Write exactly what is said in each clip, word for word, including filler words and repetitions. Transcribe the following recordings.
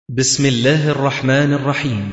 بسم الله الرحمن الرحيم.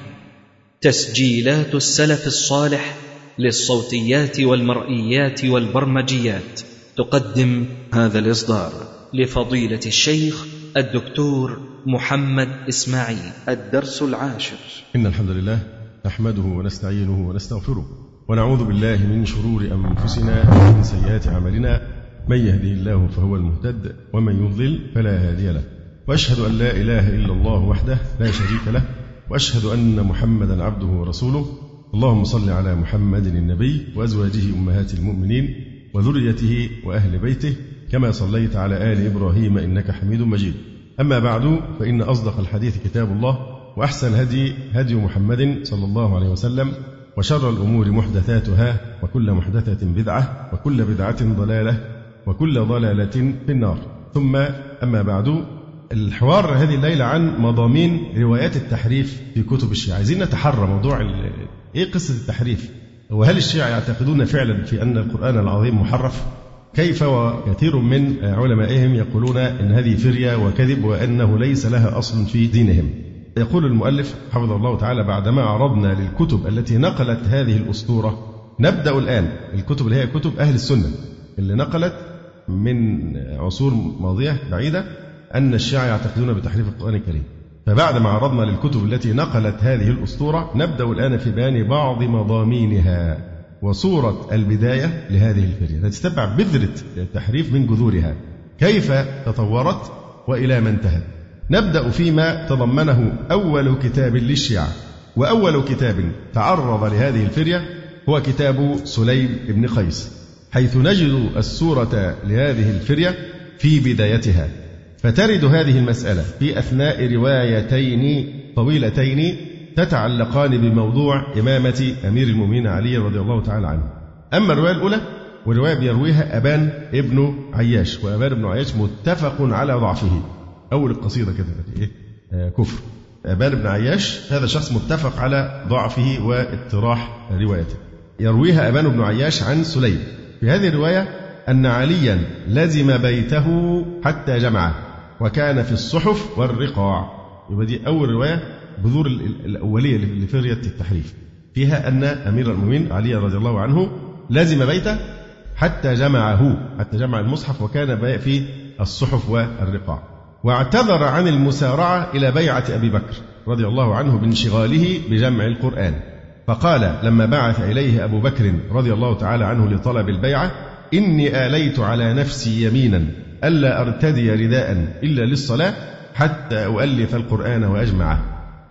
تسجيلات السلف الصالح للصوتيات والمرئيات والبرمجيات تقدم هذا الإصدار لفضيلة الشيخ الدكتور محمد إسماعيل. الدرس العاشر. إن الحمد لله نحمده ونستعينه ونستغفره ونعوذ بالله من شرور أنفسنا ومن سيئات أعمالنا، من يهده الله فهو المهتد ومن يضلل فلا هادي له، وأشهد أن لا إله إلا الله وحده لا شريك له، وأشهد أن محمدا عبده ورسوله. اللهم صل على محمد النبي وأزواجه أمهات المؤمنين وذريته وأهل بيته كما صليت على آل إبراهيم إنك حميد مجيد. أما بعد، فإن أصدق الحديث كتاب الله، وأحسن الهدي هدي محمد صلى الله عليه وسلم، وشر الأمور محدثاتها، وكل محدثة بدعة، وكل بدعة ضلالة، وكل ضلالة في النار. ثم أما بعد، الحوار هذه الليلة عن مضامين روايات التحريف في كتب الشيعة. عايزين نتحرى موضوع إيه قصة التحريف، وهل الشيعة يعتقدون فعلا في أن القرآن العظيم محرف؟ كيف وكثير من علمائهم يقولون أن هذه فرية وكذب وأنه ليس لها أصل في دينهم. يقول المؤلف حفظه الله تعالى: بعدما عرضنا للكتب التي نقلت هذه الأسطورة، نبدأ الآن الكتب اللي هي كتب أهل السنة اللي نقلت من عصور ماضية بعيدة أن الشيعة يعتقدون بتحريف القرآن الكريم. فبعد ما عرضنا للكتب التي نقلت هذه الأسطورة، نبدأ الآن في بيان بعض مضامينها وصورة البداية لهذه الفرية التي تتبع بذرة التحريف من جذورها، كيف تطورت وإلى ما انتهت. نبدأ فيما تضمنه أول كتاب للشيعة، وأول كتاب تعرض لهذه الفرية هو كتاب سليم بن قيس، حيث نجد الصورة لهذه الفرية في بدايتها. فترد هذه المسألة في أثناء روايتين طويلتين تتعلقان بموضوع إمامة أمير المؤمنين علي رضي الله تعالى عنه. أما الرواية الأولى، والرواية بيرويها أبان ابن عياش، وأبان ابن عياش متفق على ضعفه. أول القصيدة كده إيه؟ آه كفر. أبان ابن عياش هذا شخص متفق على ضعفه واضطراح روايته. يرويها أبان ابن عياش عن سليم في هذه الرواية أن عليا لزم بيته حتى جمعه، وكان في الصحف والرقاع. يبقى دي أول رواية، بذور الأولية لفرية التحريف، فيها أن أمير المؤمنين علي رضي الله عنه لزم بيته حتى جمعه، حتى جمع المصحف، وكان في الصحف والرقاع. واعتذر عن المسارعة إلى بيعة أبي بكر رضي الله عنه بانشغاله بجمع القرآن، فقال لما بعث إليه أبو بكر رضي الله تعالى عنه لطلب البيعة: إني آليت على نفسي يمينا ألا أرتدي رداء إلا للصلاة حتى أؤلف القرآن وأجمعه.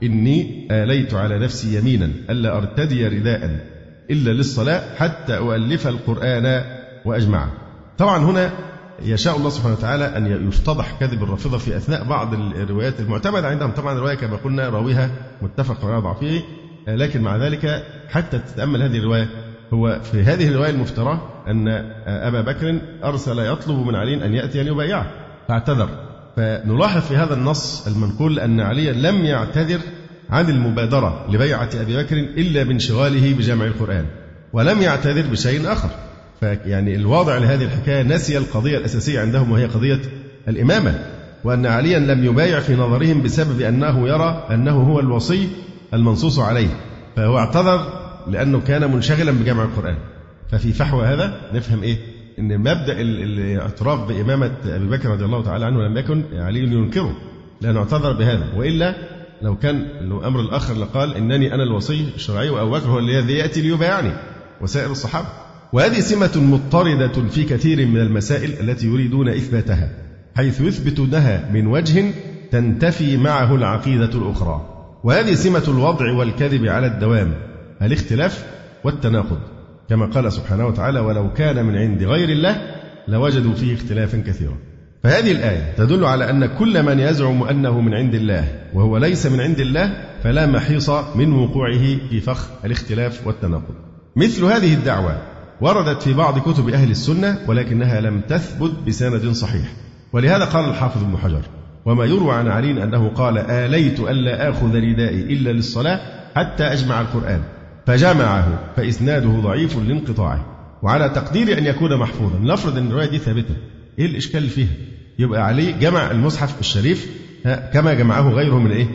إني آليت على نفسي يمينا ألا أرتدي رداء إلا للصلاة حتى أؤلف القرآن وأجمعه. طبعا هنا يشاء الله سبحانه وتعالى أن يفتضح كذب الرافضة في أثناء بعض الروايات المعتمدة عندهم. طبعا الرواية كما قلنا راويها متفق على ضعفه، لكن مع ذلك حتى تتأمل هذه الرواية، هو في هذه الرواية المفترى أن أبا بكر أرسل يطلب من علي أن يأتي أن يبايعه فاعتذر. فنلاحظ في هذا النص المنقول أن علي لم يعتذر عن المبادرة لبيعة أبي بكر إلا بانشغاله بجمع القرآن، ولم يعتذر بشيء آخر. فيعني الواضع لهذه الحكاية نسي القضية الأساسية عندهم، وهي قضية الإمامة، وأن عليا لم يبايع في نظرهم بسبب أنه يرى أنه هو الوصي المنصوص عليه، فهو اعتذر لأنه كان منشغلا بجمع القرآن. ففي فحوى هذا نفهم إيه؟ إن مبدأ الاعتراف بإمامة أبي بكر رضي الله تعالى عنه لم يكن علي ينكره، لأنه اعتذر بهذا، وإلا لو كان الأمر الآخر لقال إنني أنا الوصي الشرعي وأبو بكر هو الذي يأتي ليبايعني وسائر الصحابة. وهذه سمة مضطردة في كثير من المسائل التي يريدون إثباتها، حيث يثبتونها من وجه تنتفي معه العقيدة الأخرى. وهذه سمة الوضع والكذب على الدوام، الاختلاف والتناقض، كما قال سبحانه وتعالى: ولو كان من عند غير الله لوجدوا فيه اختلافا كثيرا. فهذه الآية تدل على أن كل من يزعم أنه من عند الله وهو ليس من عند الله فلا محيص من وقوعه في فخ الاختلاف والتناقض. مثل هذه الدعوة وردت في بعض كتب أهل السنة، ولكنها لم تثبت بسند صحيح. ولهذا قال الحافظ ابن حجر: وما يروى عن علي أنه قال: آليت ألا آخذ ردائي إلا للصلاة حتى أجمع القرآن، فجمعه، فإسناده ضعيف لانقطاعه. وعلى تقدير أن يكون محفوظا، نفرض أن الرواية دي ثابتة، إيه الإشكال فيها؟ يبقى علي جمع المصحف الشريف كما جمعه غيره من إيه؟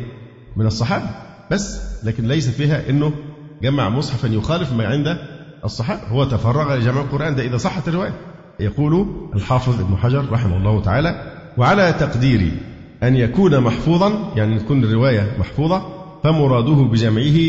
من الصحابة بس، لكن ليس فيها أنه جمع مصحفا يخالف ما عند الصحابة، هو تفرغ لجمع القرآن، ده إذا صحت الرواية. يقول الحافظ ابن حجر رحمه الله تعالى: وعلى تقدير أن يكون محفوظا، يعني تكون الرواية محفوظة، فمراده بجمعه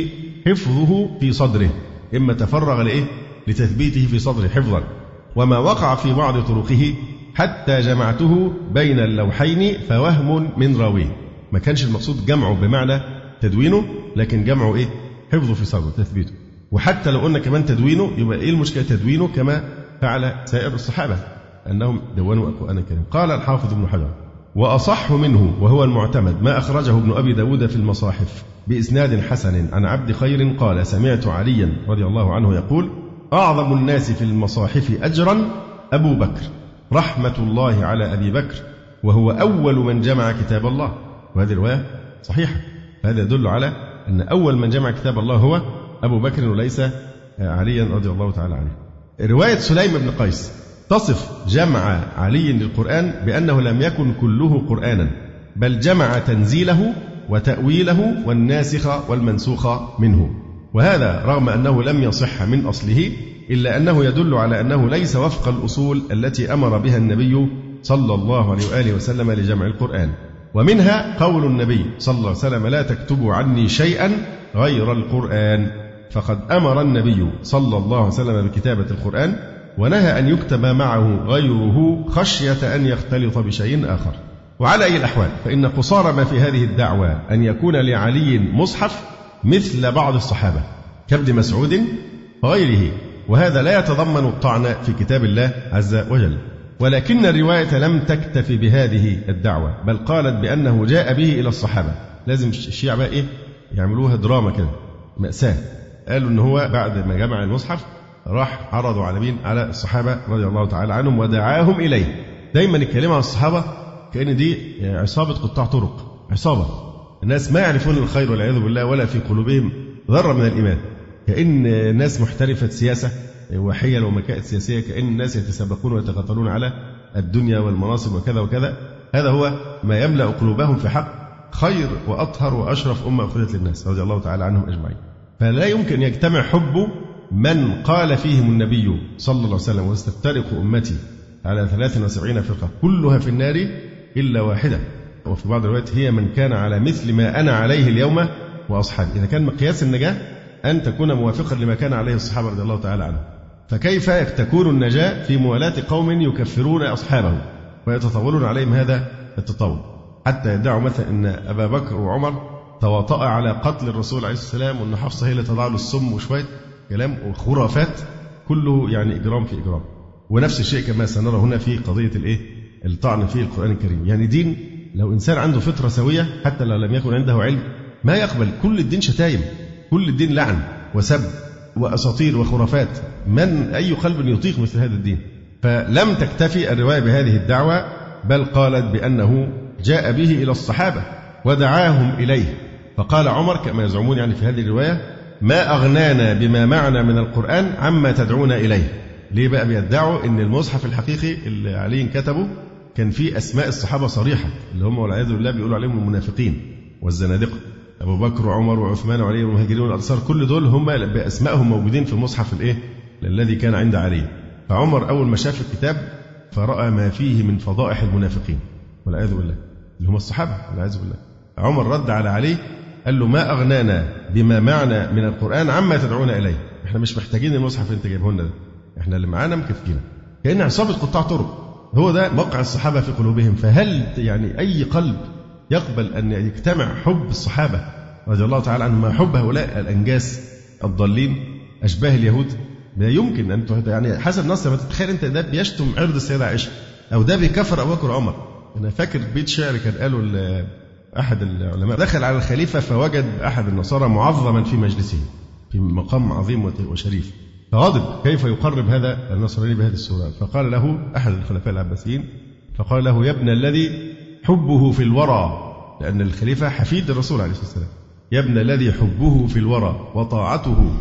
حفظه في صدره، إما تفرغ لإيه؟ لتثبيته في صدره حفظا، وما وقع في بعض طرقه حتى جمعته بين اللوحين فوهم من راويه. ما كانش المقصود جمعه بمعنى تدوينه، لكن جمعه إيه؟ حفظه في صدره، تثبيته. وحتى لو قلنا كمان تدوينه، يبقى إيه المشكلة تدوينه كما فعل سائر الصحابة أنهم دونوا القرآن الكريم. قال الحافظ ابن حجر: وأصح منه وهو المعتمد ما أخرجه ابن أبي داود في المصاحف بإسناد حسن عن عبد خير قال: سمعت عليا رضي الله عنه يقول: أعظم الناس في المصاحف أجرا أبو بكر، رحمة الله على أبي بكر، وهو أول من جمع كتاب الله. وهذه الرواية صحيحة، فهذا يدل على أن أول من جمع كتاب الله هو أبو بكر وليس عليا رضي الله تعالى عنه. رواية سليم بن قيس تصف جمع علي للقرآن بأنه لم يكن كله قرآنا، بل جمع تنزيله وتأويله والناسخ والمنسوخ منه، وهذا رغم أنه لم يصح من أصله، إلا أنه يدل على أنه ليس وفق الأصول التي أمر بها النبي صلى الله عليه وآله وسلم لجمع القرآن. ومنها قول النبي صلى الله عليه وسلم: لا تكتبوا عني شيئا غير القرآن، فقد أمر النبي صلى الله عليه وسلم بكتابة القرآن، ونهى أن يكتب معه غيره خشية أن يختلط بشيء آخر. وعلى أي الأحوال فإن قصار ما في هذه الدعوة أن يكون لعلي مصحف مثل بعض الصحابة كابن مسعود وغيره، وهذا لا يتضمن الطعن في كتاب الله عز وجل. ولكن الرواية لم تكتف بهذه الدعوة، بل قالت بأنه جاء به إلى الصحابة. لازم الشيعة بقى إيه يعملوها دراما كده، مأساة. قالوا إن هو بعد ما جمع المصحف راح عرضوا على مين؟ على الصحابة رضي الله تعالى عنهم ودعاهم إليه. دايما الكلمة عن الصحابة كأن دي عصابة قطاع طرق، عصابة الناس ما يعرفون الخير والعياذ بالله، ولا في قلوبهم ذرة من الإيمان، كأن ناس محترفة سياسة وحيل ومكائد سياسية، كأن الناس يتسابقون ويتقاتلون على الدنيا والمناصب وكذا وكذا. هذا هو ما يملأ قلوبهم في حق خير وأطهر وأشرف أمة أخرجت للناس رضي الله تعالى عنهم أجمعين. فلا يمكن يجتمع حب من قال فيهم النبي صلى الله عليه وسلم: وستفترق أمتي على ثلاث وسبعين فرقة كلها في النار إلا واحدة. وفي بعض الروايات: هي من كان على مثل ما أنا عليه اليوم وأصحابي. إذا كان مقياس النجاة أن تكون موافقا لما كان عليه الصحابة رضي الله تعالى عنهم، فكيف تكون النجاة في موالاة قوم يكفرون أصحابهم ويتطاولون عليهم هذا التطاول، حتى يدعوا مثلا أن أبا بكر وعمر تواطأ على قتل الرسول عليه الصلاة والسلام، وأن حفصة هي اللي تضع له السم، وشوية كلام وخرافات كله يعني إجرام في إجرام. ونفس الشيء كما سنرى هنا في قضية الإيه؟ الطعن في القرآن الكريم. يعني دين لو إنسان عنده فطرة سوية حتى لو لم يكن عنده علم ما يقبل. كل الدين شتايم، كل الدين لعن وسب وأساطير وخرافات. من أي قلب يطيق مثل هذا الدين؟ فلم تكتفي الرواية بهذه الدعوة، بل قالت بأنه جاء به إلى الصحابة ودعاهم إليه. فقال عمر كما يزعمون يعني في هذه الرواية: ما أغنانا بما معنا من القرآن عما تدعونا إليه. ليه بقى بيدعوا إن المصحف الحقيقي اللي عليه كتبه كان فيه أسماء الصحابة صريحة، اللي هم والعياذ بالله بيقولوا عليهم المنافقين والزنادقة، أبو بكر وعمر وعثمان وعلي والمهاجرين والأنصار، كل دول هم بأسمائهم موجودين في المصحف الإيه الذي كان عند علي. فعمر أول ما شاف الكتاب فرأى ما فيه من فضائح المنافقين والعياذ بالله اللي هم الصحابة والعياذ بالله. عمر رد على علي قال له: ما أغنانا بما معنا من القرآن عما تدعونا إليه. إحنا مش محتاجين المصحف اللي أنت جايبه لنا ده، إحنا اللي معانا مكفينا. كأن عصابة قطاع طرق. هو ده موقع الصحابة في قلوبهم. فهل يعني أي قلب يقبل أن يجتمع حب الصحابة رضي الله تعالى عنهم مع حب هؤلاء الأنجاس الضالين أشباه اليهود؟ لا يمكن أن يعني حسب نص ما تتخيل أنت ده بيشتم عرض السيدة عائشة أو ده بيكفر أبو بكر وعمر. أنا فاكر بيت شعر كان قاله أحد العلماء: دخل على الخليفة فوجد أحد النصارى معظما في مجلسه في مقام عظيم وشريف، فغضب كيف يقرب هذا النصراني بهذه الصورة. فقال له أحد الخلفاء العباسيين، فقال له: يا ابن الذي حبه في الورى، لأن الخليفة حفيد الرسول عليه الصلاة والسلام، يا ابن الذي حبه في الورى وطاعته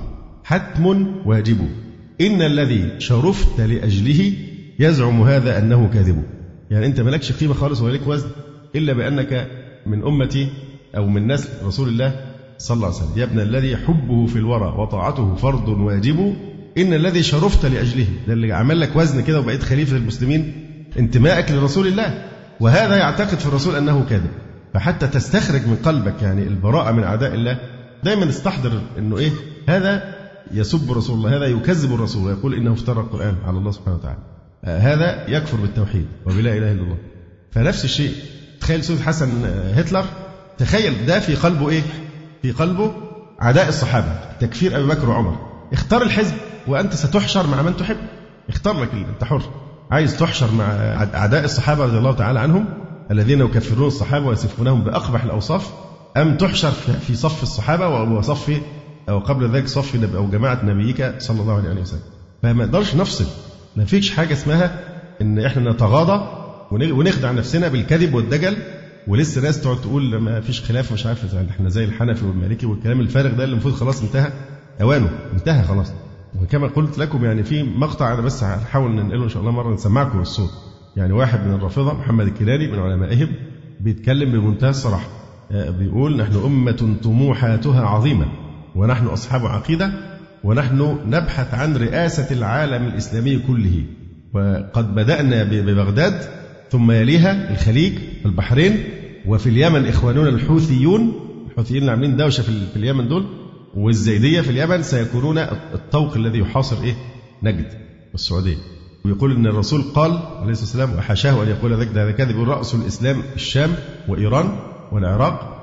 حتم واجب، إن الذي شرفت لأجله يزعم هذا أنه كاذب. يعني أنت ملكش قيمة خالص ولك وزن إلا بأنك من أمتي أو من نسل رسول الله صلى الله عليه وسلم. يا ابن الذي حبه في الورى وطاعته فرض واجب، إن الذي شرفت لأجله، ده اللي عمل لك وزن كده وبقيت خليفة المسلمين انتمائك لرسول الله، وهذا يعتقد في الرسول أنه كاذب. فحتى تستخرج من قلبك يعني البراءة من أعداء الله، دايما استحضر أنه إيه، هذا يسب رسول الله، هذا يكذب الرسول ويقول إنه افترى القرآن على الله سبحانه وتعالى، آه هذا يكفر بالتوحيد وبلا إله إلا الله. فنفس الشيء تخيل سيد حسن هتلر، تخيل ده في قلبه إيه؟ في قلبه عداء الصحابة، تكفير أبي بكر وعمر. اختار الحزب وأنت ستحشر مع من تحب، اختار لك، أنت حر. عايز تحشر مع أعداء الصحابة رضي الله تعالى عنهم الذين يكفرون الصحابة ويصفونهم بأقبح الأوصاف، أم تحشر في صف الصحابة وصف أو قبل ذلك صف أو جماعة نبيك صلى الله عليه وسلم؟ فما نقدرش نفصل، ما فيش حاجة اسمها إن إحنا نتغاضى ونخدع نفسنا بالكذب والدجل، ولسه ناس تقعد تقول ما فيش خلاف مش عارف إحنا زي الحنفي والمالكي والكلام الفارغ ده اللي المفروض خلاص انتهى أوانه، انتهى خلاص. وكما قلت لكم يعني في مقطع أنا بس هنحاول ننقله إن شاء الله مرة نسمعكم الصوت. يعني واحد من الرافضة محمد الكيلاني من علمائهم بيتكلم بمنتهى الصراحة، بيقول نحن أمة طموحاتها عظيمة ونحن أصحاب عقيدة ونحن نبحث عن رئاسة العالم الإسلامي كله، وقد بدأنا ببغداد ثم يليها الخليج البحرين، وفي اليمن إخواننا الحوثيون، الحوثيين اللي عاملين دوشة في اليمن دول، والزيدية في اليمن سيكونون الطوق الذي يحاصر إيه نجد والسعودية. ويقول إن الرسول قال عليه الصلاة والسلام وحاشاه أن يقول ذلك، ده كذب، رأس الإسلام الشام وإيران والعراق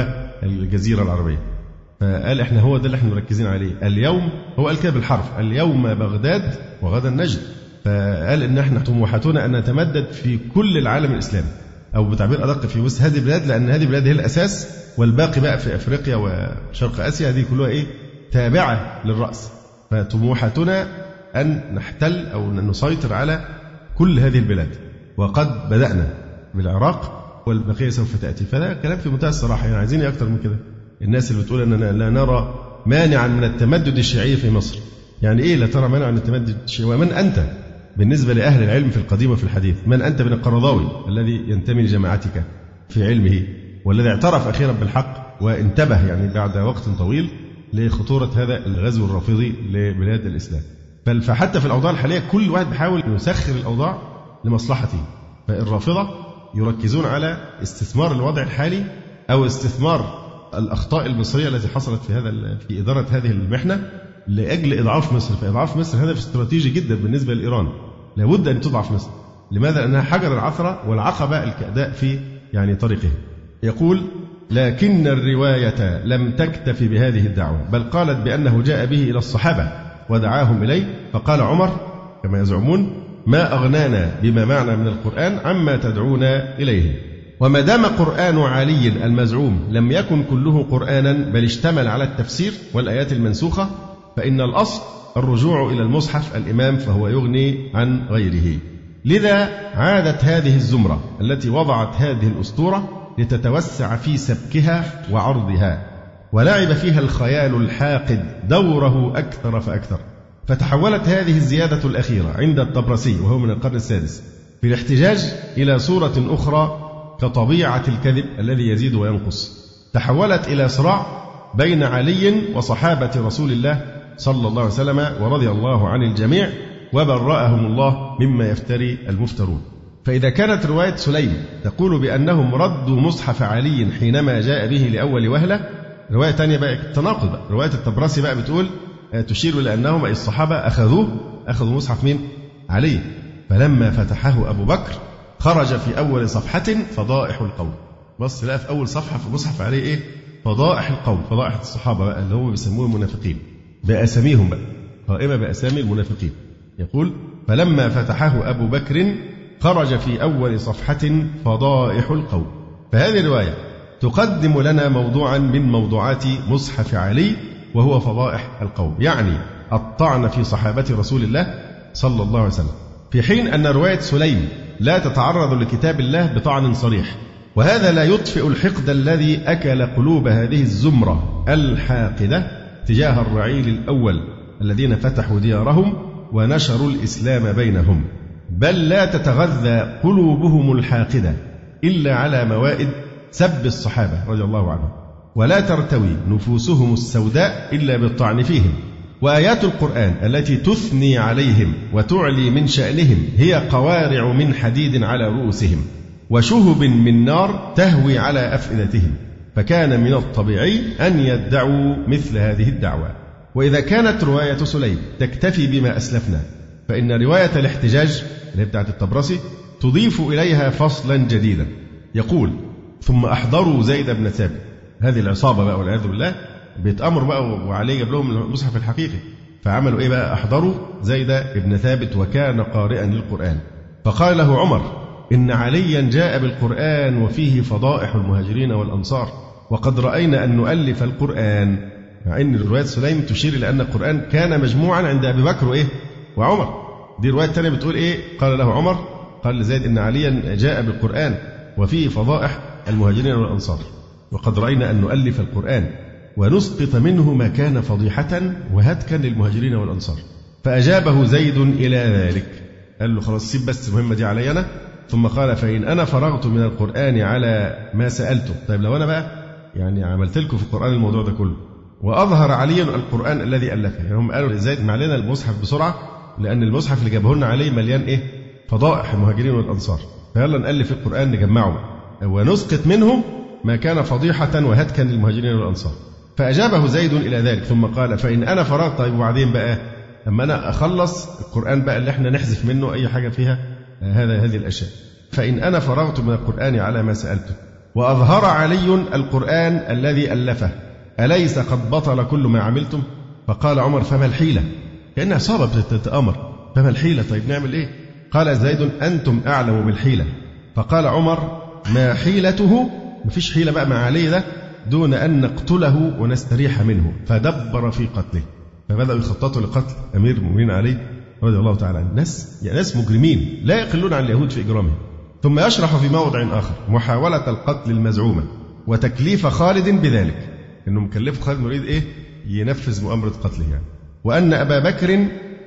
والجزيرة العربية. فقال إحنا هو ده اللي إحنا مركزين عليه اليوم، هو قال كده بالحرف اليوم بغداد وغدا نجد. فقال إن إحنا طموحاتنا أن نتمدد في كل العالم الإسلامي، أو بتعبير أدق في وسط هذه البلاد، لأن هذه البلاد هي الأساس، والباقي بقى في أفريقيا وشرق آسيا هذه كلها إيه تابعة للرأس. فطموحاتنا أن نحتل أو أن نسيطر على كل هذه البلاد، وقد بدأنا بالعراق والبقية سوف تأتي. فده كلام في منتهى الصراحة، يعني عايزين أكتر من كده؟ الناس اللي بتقول أننا لا نرى مانعا من التمدد الشيعي في مصر، يعني إيه لا ترى مانعا من التمدد الشيعي؟ ومن أنت بالنسبة لأهل العلم في القديم وفي الحديث؟ من أنت من القرضاوي الذي ينتمي لجماعتك في علمه، والذي اعترف أخيرا بالحق وانتبه يعني بعد وقت طويل لخطورة هذا الغزو الرافضي لبلاد الإسلام. فحتى في الأوضاع الحالية كل واحد بيحاول يسخر الأوضاع لمصلحته. فالرافضة يركزون على استثمار الوضع الحالي أو استثمار الأخطاء المصرية التي حصلت في هذا في إدارة هذه المحنة لأجل إضعاف مصر. فإضعاف مصر هدف استراتيجي جدا بالنسبة لإيران، لابد أن تضعف مصر. لماذا؟ لأنها حجر العثرة والعقبة الكأداء في يعني طريقه. يقول لكن الرواية لم تكتفي بهذه الدعوة، بل قالت بأنه جاء به إلى الصحابة ودعاهم إليه، فقال عمر كما يزعمون ما أغنانا بما معنا من القرآن عما تدعونا إليه. وما دام قرآن علي المزعوم لم يكن كله قرآنا بل اشتمل على التفسير والآيات المنسوخة، فإن الأصل الرجوع إلى المصحف الإمام فهو يغني عن غيره. لذا عادت هذه الزمرة التي وضعت هذه الأسطورة لتتوسع في سبكها وعرضها، ولعب فيها الخيال الحاقد دوره أكثر فأكثر. فتحولت هذه الزيادة الأخيرة عند الطبرسي وهو من القرن السادس في الاحتجاج إلى صورة أخرى كطبيعة الكذب الذي يزيد وينقص. تحولت إلى صراع بين علي وصحابة رسول الله صلى الله عليه وسلم ورضي الله عن الجميع وبرأهم الله مما يفتري المفترون. فإذا كانت رواية سليم تقول بأنهم ردوا مصحف علي حينما جاء به لأول وهلة، رواية تانية بقى تناقض بقى. رواية الطبرسي بقى بتقول تشير إلى أنهم أي الصحابة أخذوه أخذوا مصحف مين؟ علي. فلما فتحه أبو بكر خرج في أول صفحة فضائح القوم. بص لقى في أول صفحة في مصحف عليه إيه؟ فضائح القوم، فضائح الصحابة بقى اللي هم بيسموه المنافقين بأساميهم بقى، قائمة بأسامي المنافقين. يقول فلما فتحه أبو بكر خرج في أول صفحة فضائح القوم. فهذه الرواية تقدم لنا موضوعا من موضوعات مصحف علي وهو فضائح القوم، يعني الطعن في صحابة رسول الله صلى الله عليه وسلم، في حين أن رواية سليم لا تتعرض لكتاب الله بطعن صريح. وهذا لا يطفئ الحقد الذي أكل قلوب هذه الزمرة الحاقدة تجاه الرعيل الأول الذين فتحوا ديارهم ونشروا الإسلام بينهم، بل لا تتغذى قلوبهم الحاقدة إلا على موائد سب الصحابة رضي الله عنهم. ولا ترتوي نفوسهم السوداء إلا بالطعن فيهم. وآيات القرآن التي تثني عليهم وتعلي من شأنهم هي قوارع من حديد على رؤوسهم وشهب من نار تهوي على أفئدتهم، فكان من الطبيعي أن يدعوا مثل هذه الدعوة. وإذا كانت رواية سليم تكتفي بما أسلفنا، فإن رواية الاحتجاج اللي بتاعت الطبرسي تضيف إليها فصلا جديدا يقول: ثم أحضروا زيد بن ثابت. هذه العصابة بقى والعياذ بالله بيتأمر بقى وعليه جاب لهم المصحف الحقيقي، فعملوا إيه بقى؟ أحضروا زيد بن ثابت وكان قارئا للقرآن، فقال له عمر: إن عليا جاء بالقرآن وفيه فضائح المهاجرين والأنصار، وقد رأينا أن نؤلف القرآن. مع أن رواية سليم تشير إلى أن القرآن كان مجموعا عند أبي بكر وإيه وعمر. دي رواية تانية بتقول إيه؟ قال له عمر، قال لزيد: إن عليا جاء بالقرآن وفيه فضائح المهاجرين والأنصار، وقد رأينا أن نؤلف القرآن ونسقط منه ما كان فضيحة وهتكا للمهاجرين والأنصار. فأجابه زيد إلى ذلك، قال له: خلاص سيب بس المهمة دي علي أنا. ثم قال: فإن أنا فرغت من القرآن على ما سألته. طيب لو أنا بقى يعني عملت لكم في القرآن الموضوع ده كله، وأظهر علي القرآن الذي ألفه. يعني هم قالوا لزيد: ما علينا المصحف بسرعة، لأن المصحف اللي جابه لنا عليه مليان إيه؟ فضائح المهاجرين والأنصار، فيلا نألف القرآن نجمعه ونسقط منه ما كان فضيحة وهتكا للمهاجرين والأنصار. فأجابه زيد إلى ذلك. ثم قال: فإن أنا فرغت. طيب وبعدين بقى أما أنا أخلص القرآن بقى اللي احنا نحذف منه أي حاجة فيها هذا هذه الأشياء. فإن أنا فرغت من القرآن على ما سألته وأظهر علي القرآن الذي ألفه أليس قد بطل كل ما عملتم؟ فقال عمر: فما الحيلة؟ كأن عصابة بتتآمر، فما الحيلة؟ طيب نعمل إيه؟ قال زيد: أنتم أعلم بالحيلة. فقال عمر: ما حيلته؟ مفيش حيلة بقى مع علي ده دون أن نقتله ونستريح منه. فدبر في قتله، فبدأوا يخططوا لقتل أمير المؤمنين علي رضي الله تعالى عنه. ناس يعني ناس مجرمين لا يقلون عن اليهود في إجرامهم. ثم يشرح في موضع آخر محاولة القتل المزعومة وتكليف خالد بذلك، إنه مكلف خالد مريد إيه؟ ينفذ مؤامرة قتله يعني. وأن أبا بكر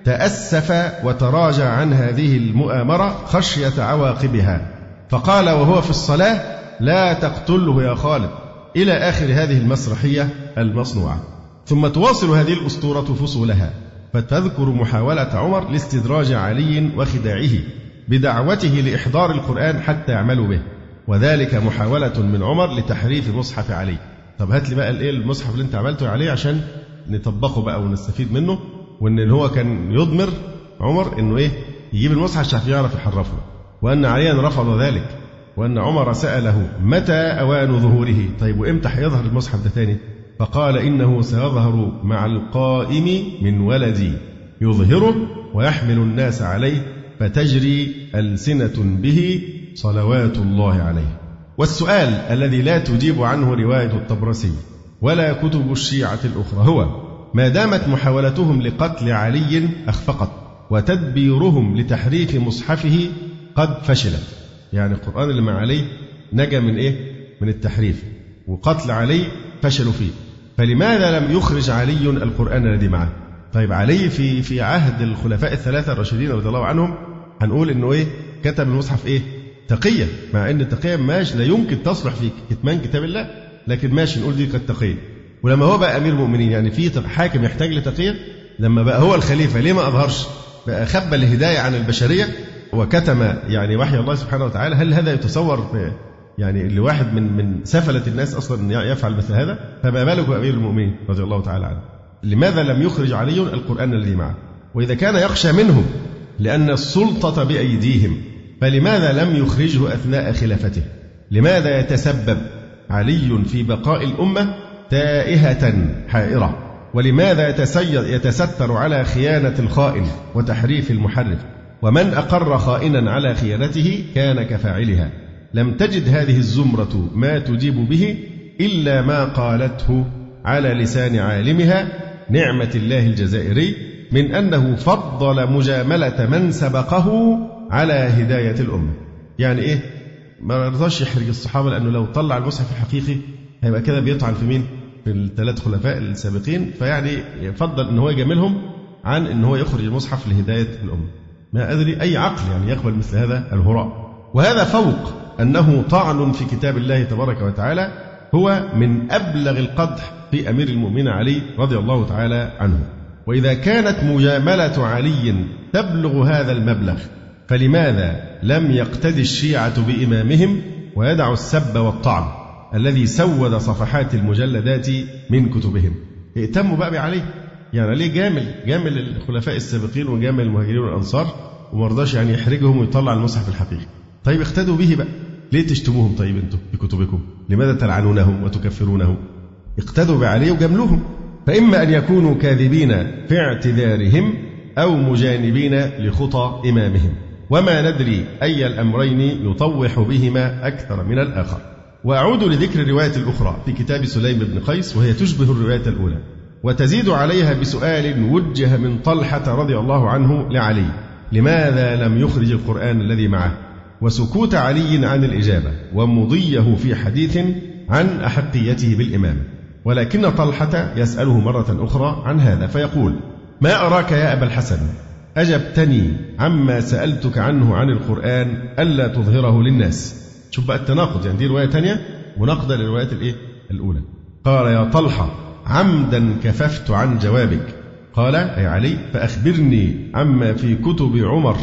تأسف وتراجع عن هذه المؤامرة خشية عواقبها، فقال وهو في الصلاة: لا تقتله يا خالد، إلى آخر هذه المسرحية المصنوعة. ثم تواصل هذه الأسطورة فصولها، فتذكر محاولة عمر لاستدراج علي وخداعه بدعوته لإحضار القرآن حتى يعملوا به، وذلك محاولة من عمر لتحريف مصحف علي. طب هات لي بقى الإيه المصحف اللي أنت عملته عليه عشان نطبقه بقى ونستفيد منه. وإن اللي هو كان يضمر عمر إنه إيه يجيب المصحف عشان يعرف يحرفه، وأن عليا رفض ذلك، وأن عمر سأله متى أوان ظهوره. طيب وإمتى هيظهر المصحف ده تاني؟ فقال: إنه سيظهر مع القائم من ولدي يظهره ويحمل الناس عليه فتجري ألسنة به صلوات الله عليه. والسؤال الذي لا تجيب عنه رواية الطبرسي ولا كتب الشيعة الأخرى هو: ما دامت محاولتهم لقتل علي أخفقت وتدبيرهم لتحريف مصحفه قد فشلت، يعني القرآن اللي مع علي نجا من إيه؟ من التحريف، وقتل علي فشلوا فيه، فلماذا لم يخرج علي القرآن الذي معه؟ طيب علي في في عهد الخلفاء الثلاثة الراشدين رضي الله عنهم هنقول إنه إيه؟ كتب المصحف إيه؟ تقية، مع إن التقية ماشي لا يمكن تصلح في كتمان كتاب الله، لكن ماشي نقول دي كانت تقية. ولما هو بقى أمير المؤمنين يعني في حاكم يحتاج لتقية، لما بقى هو الخليفة ليه ما أظهرش؟ بقى خبى الهداية عن البشرية وكتم يعني وحي الله سبحانه وتعالى. هل هذا يتصور يعني لواحد من من سفلة الناس أصلا يفعل مثل هذا؟ فما بالك بأمير المؤمنين رضي الله تعالى عنه. لماذا لم يخرج علي القرآن الذي معه؟ وإذا كان يخشى منهم لأن السلطة بأيديهم فلماذا لم يخرجه أثناء خلافته؟ لماذا يتسبب علي في بقاء الأمة تائهة حائرة؟ ولماذا يتستر على خيانة الخائن وتحريف المحرف؟ ومن أقر خائنا على خيانته كان كفاعلها. لم تجد هذه الزمرة ما تجيب به إلا ما قالته على لسان عالمها نعمة الله الجزائري من أنه فضل مجاملة من سبقه على هداية الأمة. يعني إيه؟ ما رضاش يحرج الصحابة، لأنه لو طلع المصحف الحقيقي هيبقى كده بيطعن في مين؟ في الثلاث خلفاء السابقين، فيعني يفضل أن هو يجاملهم عن أن هو يخرج المصحف لهداية الأمة. ما أدري أي عقل يعني يقبل مثل هذا الهراء. وهذا فوق أنه طعن في كتاب الله تبارك وتعالى هو من أبلغ القدح في أمير المؤمنين علي رضي الله تعالى عنه. وإذا كانت مجاملة علي تبلغ هذا المبلغ فلماذا لم يقتدي الشيعة بإمامهم ويدعوا السب والطعن الذي سود صفحات المجلدات من كتبهم؟ ائتموا بقى بعلي، يعني ليه جامل جامل الخلفاء السابقين وجامل المهاجرين والأنصار ومرضاش يعني يحرجهم ويطلع المصحف الحقيقي. طيب اقتدوا به بقى، ليه تشتموهم طيب انتم في كتبكم؟ لماذا تلعنونهم وتكفرونهم؟ اقتدوا بعلي وجاملوهم، فإما أن يكونوا كاذبين في اعتذارهم أو مجانبين لخطى إمامهم، وما ندري أي الأمرين يطوح بهما أكثر من الآخر. وأعود لذكر الرواية الأخرى في كتاب سليم بن قيس وهي تشبه الرواية الأولى وتزيد عليها بسؤال وجه من طلحة رضي الله عنه لعلي: لماذا لم يخرج القرآن الذي معه؟ وسكوت علي عن الإجابة ومضيه في حديث عن أحقيته بالإمامة. ولكن طلحة يسأله مرة أخرى عن هذا فيقول: ما أراك يا أبا الحسن أجبتني عما سألتك عنه عن القرآن ألا تظهره للناس. شوف بقى التناقض، يعني دي رواية تانية مناقضة للروايات الإيه؟ الأولى. قال: يا طلحة عمدا كففت عن جوابك. قال: أي علي فأخبرني عما في كتب عمر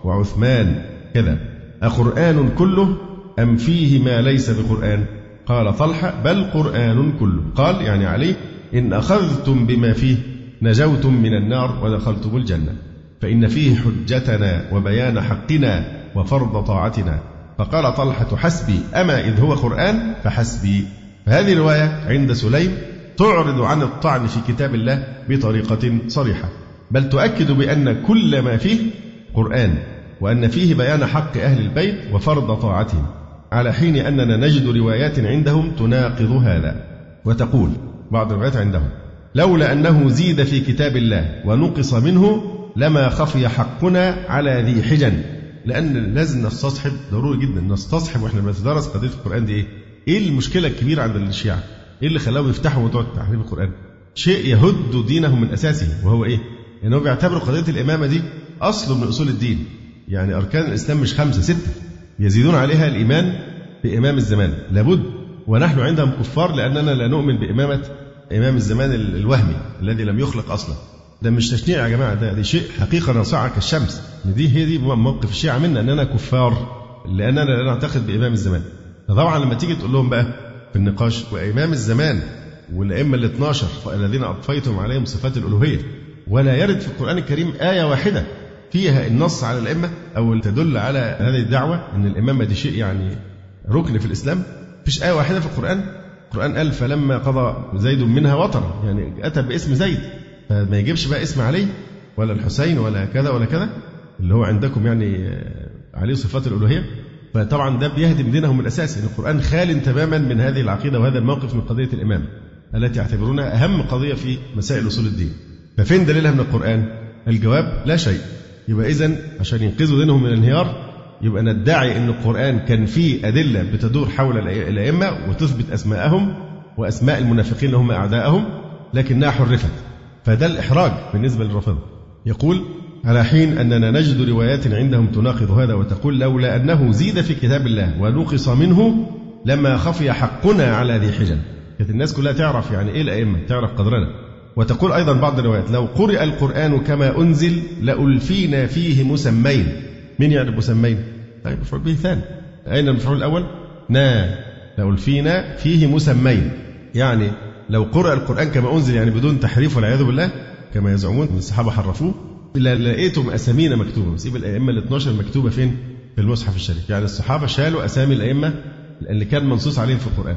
وعثمان كذا، أقرآن كله أم فيه ما ليس بقرآن؟ قال طلحة: بل قرآن كله. قال يعني علي: إن أخذتم بما فيه نجوتم من النار ودخلتم الجنة، فإن فيه حجتنا وبيان حقنا وفرض طاعتنا. فقال طلحة: حسبي، أما إذ هو قرآن فحسبي. فهذه رواية عند سليم تعرض عن الطعن في كتاب الله بطريقة صريحة، بل تؤكد بأن كل ما فيه قرآن، وأن فيه بيان حق أهل البيت وفرض طاعتهم، على حين أننا نجد روايات عندهم تناقض هذا. وتقول بعض الروايات عندهم: لولا أنه زيد في كتاب الله ونقص منه لما خفي حقنا على ذي حجن. لأن لازم نستصحب، ضروري جدا نستصحب وإحنا بنتدرس قضية القرآن دي إيه؟ إيه المشكلة الكبيرة عند الشيعة؟ إيه اللي خلاهم يفتحوا موضوع تحريف القرآن؟ شيء يهد دينهم من أساسه، وهو إيه؟ إنه يعني بيعتبروا قضية الإمامة دي أصل من أصول الدين. يعني أركان الإسلام مش خمسة ستة، يزيدون عليها الإيمان بإمام الزمان لابد، ونحن عندهم كفار لأننا لا نؤمن بإمامة إمام الزمان الوهمي الذي لم يخلق أصلا. ده مش تشنيع يا جماعة، ده دي شيء حقيقة ناصعة كالشمس. دي هي دي موقف الشيعة منا، أننا كفار لأننا لا نعتقد بإمام الزمان. فطبعا لما تيجي تقول لهم بقى في النقاش وإمام الزمان والأئمة الاثنى عشر الذين أضفيتم عليهم صفات الألوهية، ولا يرد في القرآن الكريم آية واحدة فيها النص على الأئمة أو تدل على هذه الدعوة أن الإمامة دي شيء يعني ركن في الإسلام، فيش آية واحدة في القرآن. القرآن قال: فلما قضى زيد منها وطرا، يعني أتى باسم زيد، فما يجيبش بقى اسم علي ولا الحسين ولا كذا ولا كذا اللي هو عندكم يعني عليه صفات الألوهية. فطبعا ده بيهدم دينهم من الأساس، أن القرآن خال تماما من هذه العقيدة وهذا الموقف من قضية الإمامة التي يعتبرونها أهم قضية في مسائل أصول الدين. ففين دليلها من القرآن؟ الجواب: لا شيء. يبقى إذن عشان ينقذوا دينهم من الانهيار يبقى ندعي أن القرآن كان فيه أدلة بتدور حول الأئمة وتثبت أسماءهم وأسماء المنافقين اللي هم أعداءهم، لكنها حرفت. فده الإحراج بالنسبة للرافضة. يقول: على حين أننا نجد روايات عندهم تناقض هذا، وتقول: لولا أنه زيد في كتاب الله ونقص منه لما خفي حقنا على ذي حجن. كانت الناس كلها تعرف يعني إيه الأئمة، تعرف قدرنا. وتقول أيضا بعض الروايات: لو قرئ القرآن كما أنزل لألفينا فيه مسمين. من يعرف مسمين؟ طيب مفعول به ثاني. أين المفعول الأول؟ نا. لألفينا فيه مسمين، يعني لو قرأ القرآن كما أنزل يعني بدون تحريف والعياذ بالله كما يزعمون من الصحابة حرفوه، إلا لقيتم أسامينا مكتوبة. بس يبقى الأئمة الاثنى عشر مكتوبة فين؟ في المصحف الشريف. يعني الصحابة شالوا أسامي الأئمة اللي كان منصوص عليهم في القرآن.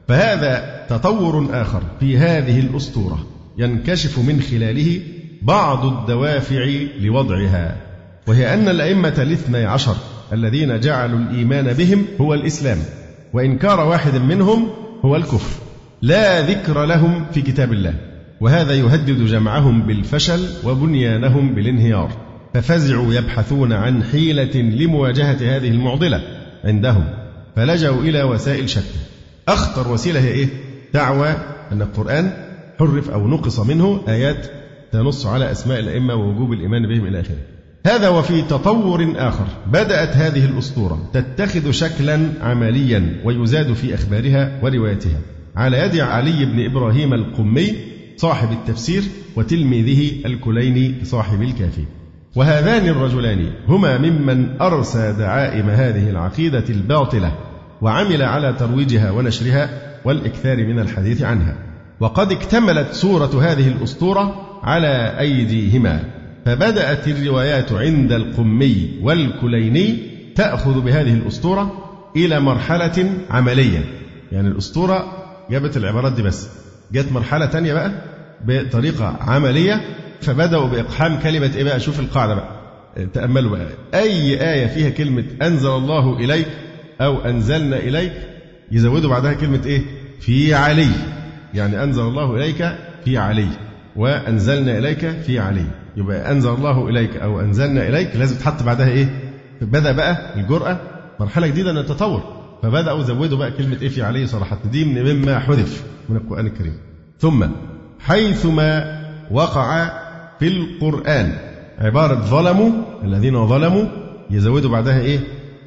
فهذا تطور آخر في هذه الأسطورة ينكشف من خلاله بعض الدوافع لوضعها، وهي أن الأئمة الاثني عشر الذين جعلوا الإيمان بهم هو الإسلام، وإنكار واحد منهم هو الكفر، لا ذكر لهم في كتاب الله، وهذا يهدد جمعهم بالفشل وبنيانهم بالانهيار. ففزعوا يبحثون عن حيلة لمواجهة هذه المعضلة عندهم، فلجأوا إلى وسائل شتى. أخطر وسيلة هي إيه؟ دعوى أن القرآن حرف أو نقص منه آيات تنص على أسماء الأئمة ووجوب الإيمان بهم إلى آخره. هذا وفي تطور آخر بدأت هذه الأسطورة تتخذ شكلا عمليا ويزاد في أخبارها وروايتها على يد علي بن إبراهيم القمي صاحب التفسير وتلميذه الكليني صاحب الكافي. وهذان الرجلان هما ممن أرسى دعائم هذه العقيدة الباطلة وعمل على ترويجها ونشرها والإكثار من الحديث عنها. وقد اكتملت صورة هذه الأسطورة على أيديهما، فبدأت الروايات عند القمي والكليني تأخذ بهذه الأسطورة إلى مرحلة عملية. يعني الأسطورة جابت العبارات دي بس، جت مرحلة تانية بقى بطريقة عملية، فبدأوا بإقحام كلمة إيه بقى؟ شوف القاعدة بقى، تأملوا بقى، أي آية فيها كلمة أنزل الله إليك أو أنزلنا إليك يزودوا بعدها كلمة إيه؟ في علي. يعني أنزل الله إليك في علي وأنزلنا إليك في علي، يبقى أنزل الله إليك أو أنزلنا إليك لازم تحط بعدها إيه؟ بدأ بقى الجرأة، مرحلة جديدة من التطور، فبدأوا يزودوا بقى كلمة إيه؟ في علي صراحة. دي من مما حذف من القرآن الكريم. ثم حيثما وقع في القرآن عبارة ظلموا، الذين ظلموا يزودوا بعدها إيه؟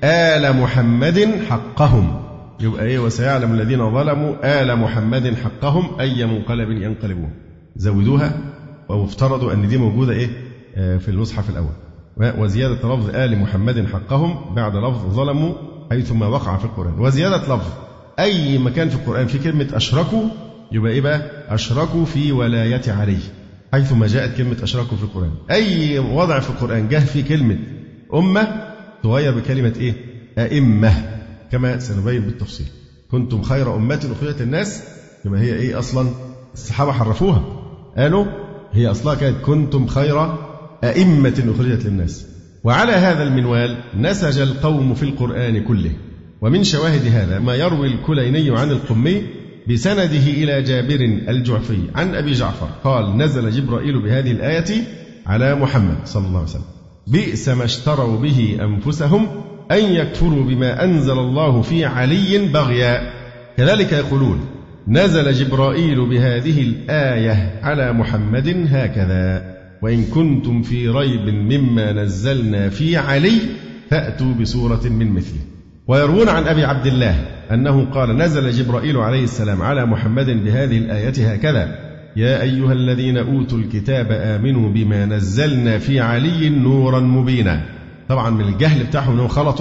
آل محمد حقهم، يبقى إيه؟ وسيعلم الذين ظلموا آل محمد حقهم أي منقلب ينقلبون، زودوها وافترضوا أن دي موجودة إيه؟ في المصحف الأول. وزيادة لفظ آل محمد حقهم بعد لفظ ظلموا حيثما وقع في القرآن. وزيادة لفظ أي مكان في القرآن في كلمة أشركوا يبقى إيه بقى؟ أشركوا في ولاية علي، حيثما جاءت كلمة أشركوا في القرآن. أي وضع في القرآن جاء في كلمة أمة تغير بكلمة إيه؟ أئمة، كما سنبين بالتفصيل. كنتم خير أمة أخرجت الناس، يبقى هي إيه أصلا؟ الصحابة حرفوها، قالوا هي أصلها كانت كنتم خير أئمة أخرجت للناس. وعلى هذا المنوال نسج القوم في القرآن كله. ومن شواهد هذا ما يروي الكليني عن القمي بسنده إلى جابر الجعفي عن أبي جعفر قال: نزل جبرائيل بهذه الآية على محمد صلى الله عليه وسلم: بئس ما اشتروا به أنفسهم أن يكفروا بما أنزل الله في علي بغيا. كذلك يقولون: نزل جبرائيل بهذه الآية على محمد هكذا، وإن كنتم في ريب مما نزلنا في علي فأتوا بسورة من مثله. ويروون عن أبي عبد الله أنه قال: نزل جبرائيل عليه السلام على محمد بهذه الآية هكذا: يا أيها الذين أوتوا الكتاب آمنوا بما نزلنا في علي نورا مبينا. طبعا من الجهل بتاعهم أنهم خلطوا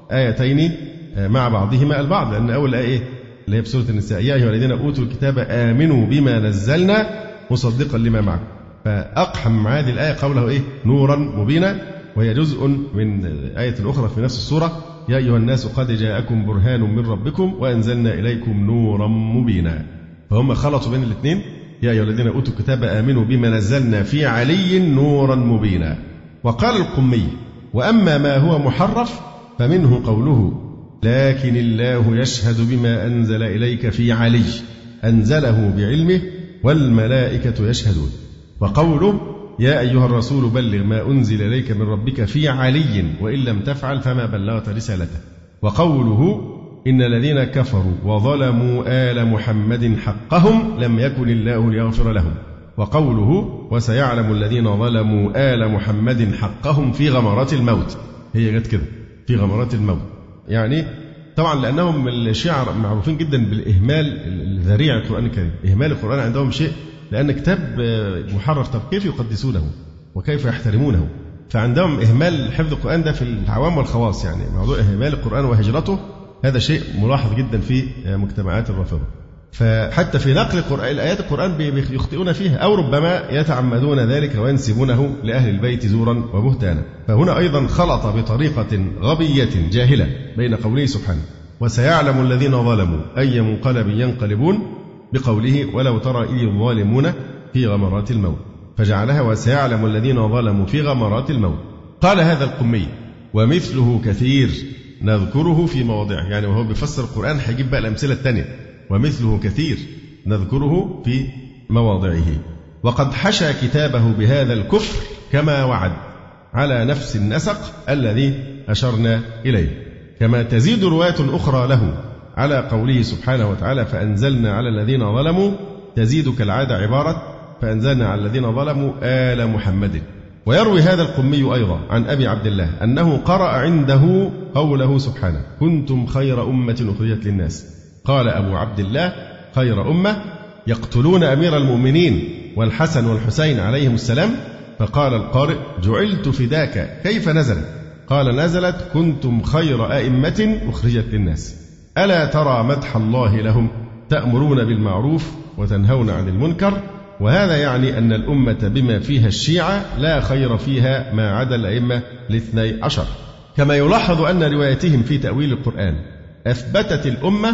آيتين مع بعضهما البعض، لأن أول آية اللي هي بسورة النساء: يا أيها الذين أوتوا الكتاب آمنوا بما نزلنا مصدقا لما معكم، فأقحم مع هذه الآية قوله إيه؟ نورا مبينا، وهي جزء من آية أخرى في نفس السورة: يا أيها الناس قد جاءكم برهان من ربكم وأنزلنا إليكم نورا مبينا. فهم خلطوا بين الاثنين: يا أيها الذين أوتوا الكتاب آمنوا بما نزلنا في علي نورا مبينا. وقال القمي: وأما ما هو محرف فمنه قوله: لكن الله يشهد بما أنزل إليك في علي أنزله بعلمه والملائكة يشهدون. وقوله: يا أيها الرسول بلغ ما أنزل إليك من ربك في علي وإن لم تفعل فما بلغت رسالته. وقوله: إن الذين كفروا وظلموا آل محمد حقهم لم يكن الله ليغفر لهم. وقوله: وسيعلم الذين ظلموا آل محمد حقهم في غمرات الموت. هي جت كده في غمرات الموت، يعني طبعا لأنهم الشيعة معروفين جدا بالإهمال الذريع القرآن الكريم. إهمال القرآن عندهم شيء، لأن كتاب محرف، طب كيف يقدسونه وكيف يحترمونه؟ فعندهم إهمال حفظ القرآن ده في العوام والخواص، يعني موضوع إهمال القرآن وهجرته هذا شيء ملاحظ جدا في مجتمعات الرافضة. فحتى في نقل القرآن الآيات القرآن يخطئون فيها، أو ربما يتعمدون ذلك وينسبونه لأهل البيت زورا وبهتانا. فهنا أيضا خلط بطريقة غبية جاهلة بين قوله سبحانه: وسيعلم الذين ظلموا أي منقلب ينقلبون، بقوله: ولو ترى إذ الظالمون في غمرات الموت، فجعلها وسيعلم الذين ظلموا في غمرات الموت. قال هذا القمي: ومثله كثير نذكره في مواضعه. يعني وهو بيفسر القرآن هيجيب بقى الأمثلة الثانية: ومثله كثير نذكره في مواضعه. وقد حشى كتابه بهذا الكفر كما وعد على نفس النسق الذي أشرنا إليه. كما تزيد رواية أخرى له على قوله سبحانه وتعالى: فأنزلنا على الذين ظلموا، تزيد كالعادة عبارة: فأنزلنا على الذين ظلموا آل محمد. ويروي هذا القمي أيضا عن أبي عبد الله أنه قرأ عنده قوله سبحانه: كنتم خير أمة أخرجت للناس. قال أبو عبد الله: خير أمة يقتلون أمير المؤمنين والحسن والحسين عليهم السلام. فقال القارئ: جعلت فداك، كيف نزلت؟ قال: نزلت: كنتم خير أئمة أخرجت للناس. ألا ترى مدح الله لهم؟ تأمرون بالمعروف وتنهون عن المنكر. وهذا يعني أن الأمة بما فيها الشيعة لا خير فيها ما عدا الأئمة الاثني عشر. كما يلاحظ أن روايتهم في تأويل القرآن أثبتت الأمة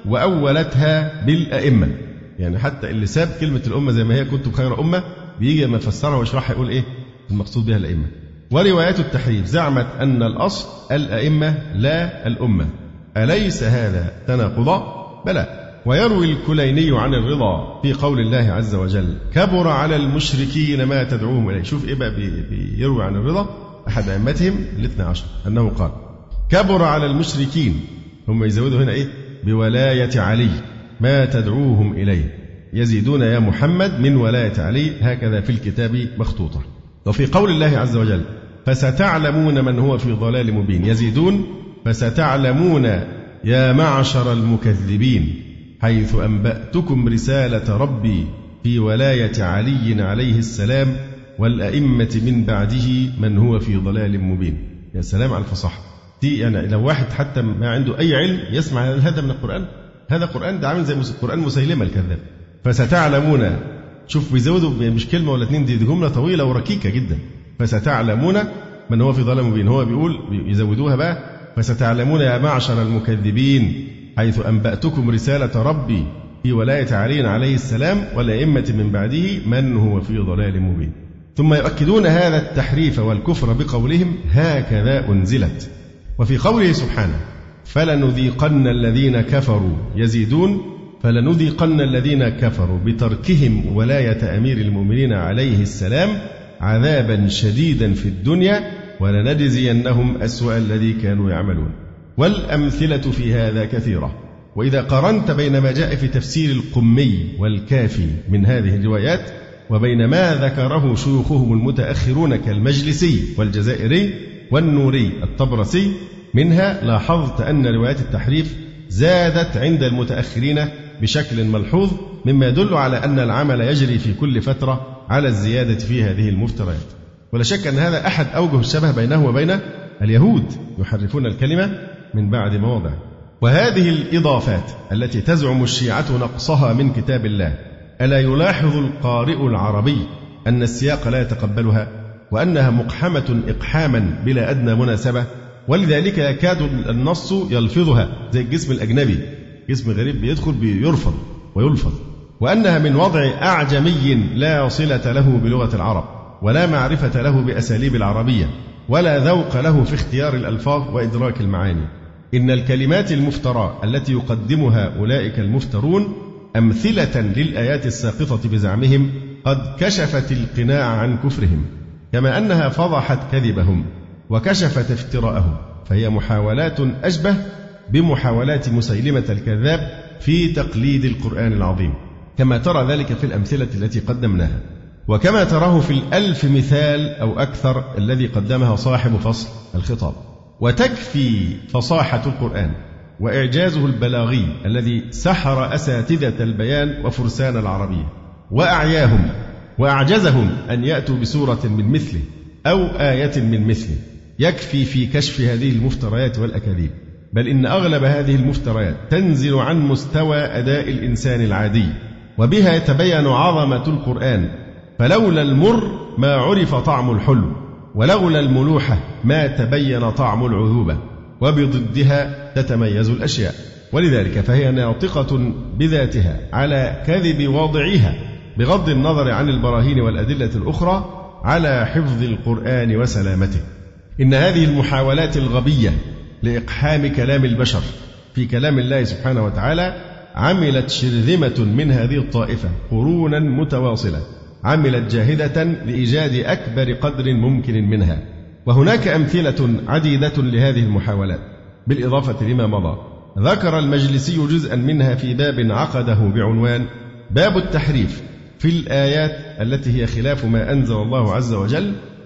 وأولتها بالأئمة. يعني حتى اللي ساب كلمة الأمة زي ما هي كنتم خير أمة بيجي ما يفسرها ويشرحها يقول إيه المقصود بها الأئمة. وروايات التحريف زعمت أن الأصل الأئمة لا الأمة. أليس هذا تناقضا؟ بلى. ويروي الكليني عن الرضا في قول الله عز وجل: كبر على المشركين ما تدعوهم إليه. شوف إيه بقى بيروي عن الرضا أحد أئمتهم الاثنى عشر أنه قال: كبر على المشركين، هم يزودوا هنا إيه بولاية علي ما تدعوهم إليه، يزيدون يا محمد من ولاية علي، هكذا في الكتاب مخطوطة. وفي قول الله عز وجل: فستعلمون من هو في ضلال مبين، يزيدون: فستعلمون يا معشر المكذبين، حيث أنبأتكم رسالة ربي في ولاية علي عليه السلام والأئمة من بعده من هو في ضلال مبين. يا سلام على الفصاحة دي. يعني لو واحد حتى ما عنده أي علم يسمع هذا من القرآن، هذا القرآن ده عامل زي القرآن مسيلمة الكذاب. فستعلمون، شوف بيزودوا مش كلمة ولا اتنين، دي جملة طويلة وركيكة جدا. فستعلمون من هو في ضلال مبين، هو بيقول يزودوها بقى: فستعلمون يا معشر المكذبين حيث أنبأتكم رسالة ربي في ولاية علي عليه السلام والأئمة من بعده من هو في ضلال مبين. ثم يؤكدون هذا التحريف والكفر بقولهم: هكذا أنزلت. وفي قوله سبحانه: فلنذيقن الذين كفروا، يزيدون: فلنذيقن الذين كفروا بتركهم ولاية أمير المؤمنين عليه السلام عذابا شديدا في الدنيا ولنجزينهم أسوأ الذي كانوا يعملون. والأمثلة في هذا كثيرة. وإذا قارنت بين ما جاء في تفسير القمي والكافي من هذه الروايات وبين ما ذكره شيوخهم المتأخرون كالمجلسي والجزائري والنوري الطبرسي منها، لاحظت أن روايات التحريف زادت عند المتأخرين بشكل ملحوظ، مما يدل على أن العمل يجري في كل فترة على الزيادة في هذه المفتريات. ولا شك أن هذا أحد أوجه الشبه بينه وبين اليهود، يحرفون الكلمة من بعد مواضع. وهذه الإضافات التي تزعم الشيعة نقصها من كتاب الله، ألا يلاحظ القارئ العربي أن السياق لا يتقبلها، وأنها مقحمة إقحاما بلا أدنى مناسبة، ولذلك يكاد النص يلفظها زي الجسم الأجنبي، جسم غريب بيدخل بيرفض ويلفظ، وأنها من وضع أعجمي لا صلة له بلغة العرب ولا معرفة له بأساليب العربية ولا ذوق له في اختيار الألفاظ وإدراك المعاني. إن الكلمات المفترى التي يقدمها أولئك المفترون أمثلة للآيات الساقطة بزعمهم قد كشفت القناع عن كفرهم، كما أنها فضحت كذبهم وكشفت افتراءهم، فهي محاولات أشبه بمحاولات مسيلمة الكذاب في تقليد القرآن العظيم، كما ترى ذلك في الأمثلة التي قدمناها، وكما تراه في الألف مثال أو أكثر الذي قدمها صاحب فصل الخطاب. وتكفي فصاحة القرآن وإعجازه البلاغي الذي سحر أساتذة البيان وفرسان العربية وأعياهم وأعجزهم أن يأتوا بسورة من مثله أو آية من مثله، يكفي في كشف هذه المفتريات والأكاذيب. بل إن أغلب هذه المفتريات تنزل عن مستوى أداء الإنسان العادي، وبها يتبين عظمة القرآن، فلولا المر ما عرف طعم الحلو، ولولا الملوحة ما تبين طعم العذوبة، وبضدها تتميز الأشياء. ولذلك فهي ناطقة بذاتها على كذب واضعيها، بغض النظر عن البراهين والأدلة الأخرى على حفظ القرآن وسلامته. إن هذه المحاولات الغبية لإقحام كلام البشر في كلام الله سبحانه وتعالى عملت شرذمة من هذه الطائفة قرونا متواصلة، عملت جاهدة لإيجاد أكبر قدر ممكن منها. وهناك أمثلة عديدة لهذه المحاولات بالإضافة لما مضى. ذكر المجلسي جزءا منها في باب عقده بعنوان باب التحريف في الآيات التي هي خلاف ما أنزل الله عز وجل،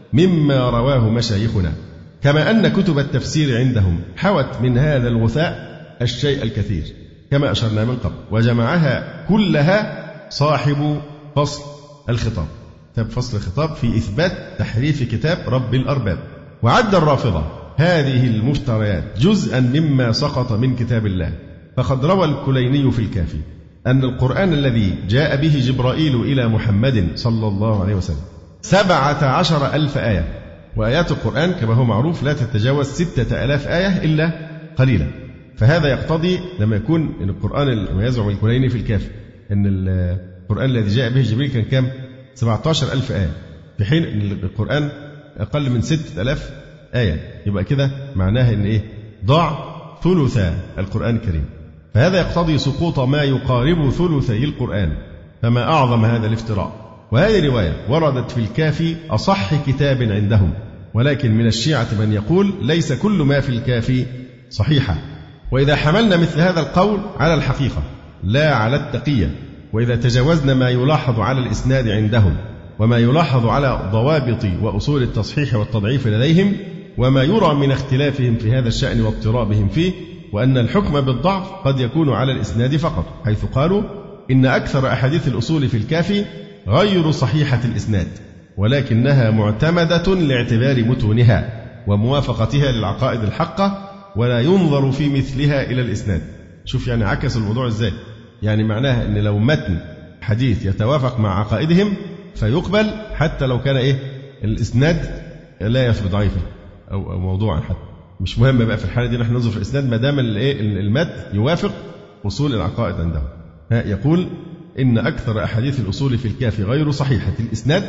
مما رواه مشايخنا، كما أن كتب التفسير عندهم حوت من هذا الغثاء الشيء الكثير كما أشرنا من قبل، وجمعها كلها صاحب فصل الخطاب، كتاب فصل الخطاب في إثبات تحريف كتاب رب الأرباب. وعد الرافضة هذه المفتريات جزءا مما سقط من كتاب الله، فقد روى الكليني في الكافي أن القرآن الذي جاء به جبرائيل إلى محمد صلى الله عليه وسلم سبعة عشر ألف آية، وآيات القرآن كما هو معروف لا تتجاوز ستة آلاف آية إلا قليلا. فهذا يقتضي لما يكون إن القرآن ما يزعم الكليني في الكافي أن القرآن الذي جاء به جبريل كان كام؟ سبعة عشر ألف آية، في حين أن القرآن أقل من ستة آلاف آية، يبقى كده معناها أن إيه؟ ضاع ثلث القرآن الكريم. فهذا يقتضي سقوط ما يقارب ثلثي القرآن، فما أعظم هذا الافتراء. وهذه رواية وردت في الكافي أصح كتاب عندهم، ولكن من الشيعة من يقول ليس كل ما في الكافي صحيحا. وإذا حملنا مثل هذا القول على الحقيقة لا على التقية، وإذا تجاوزنا ما يلاحظ على الإسناد عندهم وما يلاحظ على ضوابط وأصول التصحيح والتضعيف لديهم، وما يرى من اختلافهم في هذا الشأن واضطرابهم فيه، وأن الحكم بالضعف قد يكون على الإسناد فقط، حيث قالوا إن أكثر أحاديث الأصول في الكافي غير صحيحة الإسناد، ولكنها معتمدة لاعتبار متونها وموافقتها للعقائد الحقة، ولا ينظر في مثلها إلى الإسناد. شوف يعني عكس الموضوع إزاي، يعني معناها أن لو متن حديث يتوافق مع عقائدهم فيقبل حتى لو كان إيه الإسناد لا يثبت ضعيفا أو موضوعا، حتى مش مهم بقى في الحالة دي نحن ننظر في الإسناد ما دام المتن يوافق أصول العقائد عندهم. يقول إن أكثر أحاديث الأصول في الكافي غير صحيحة الإسناد،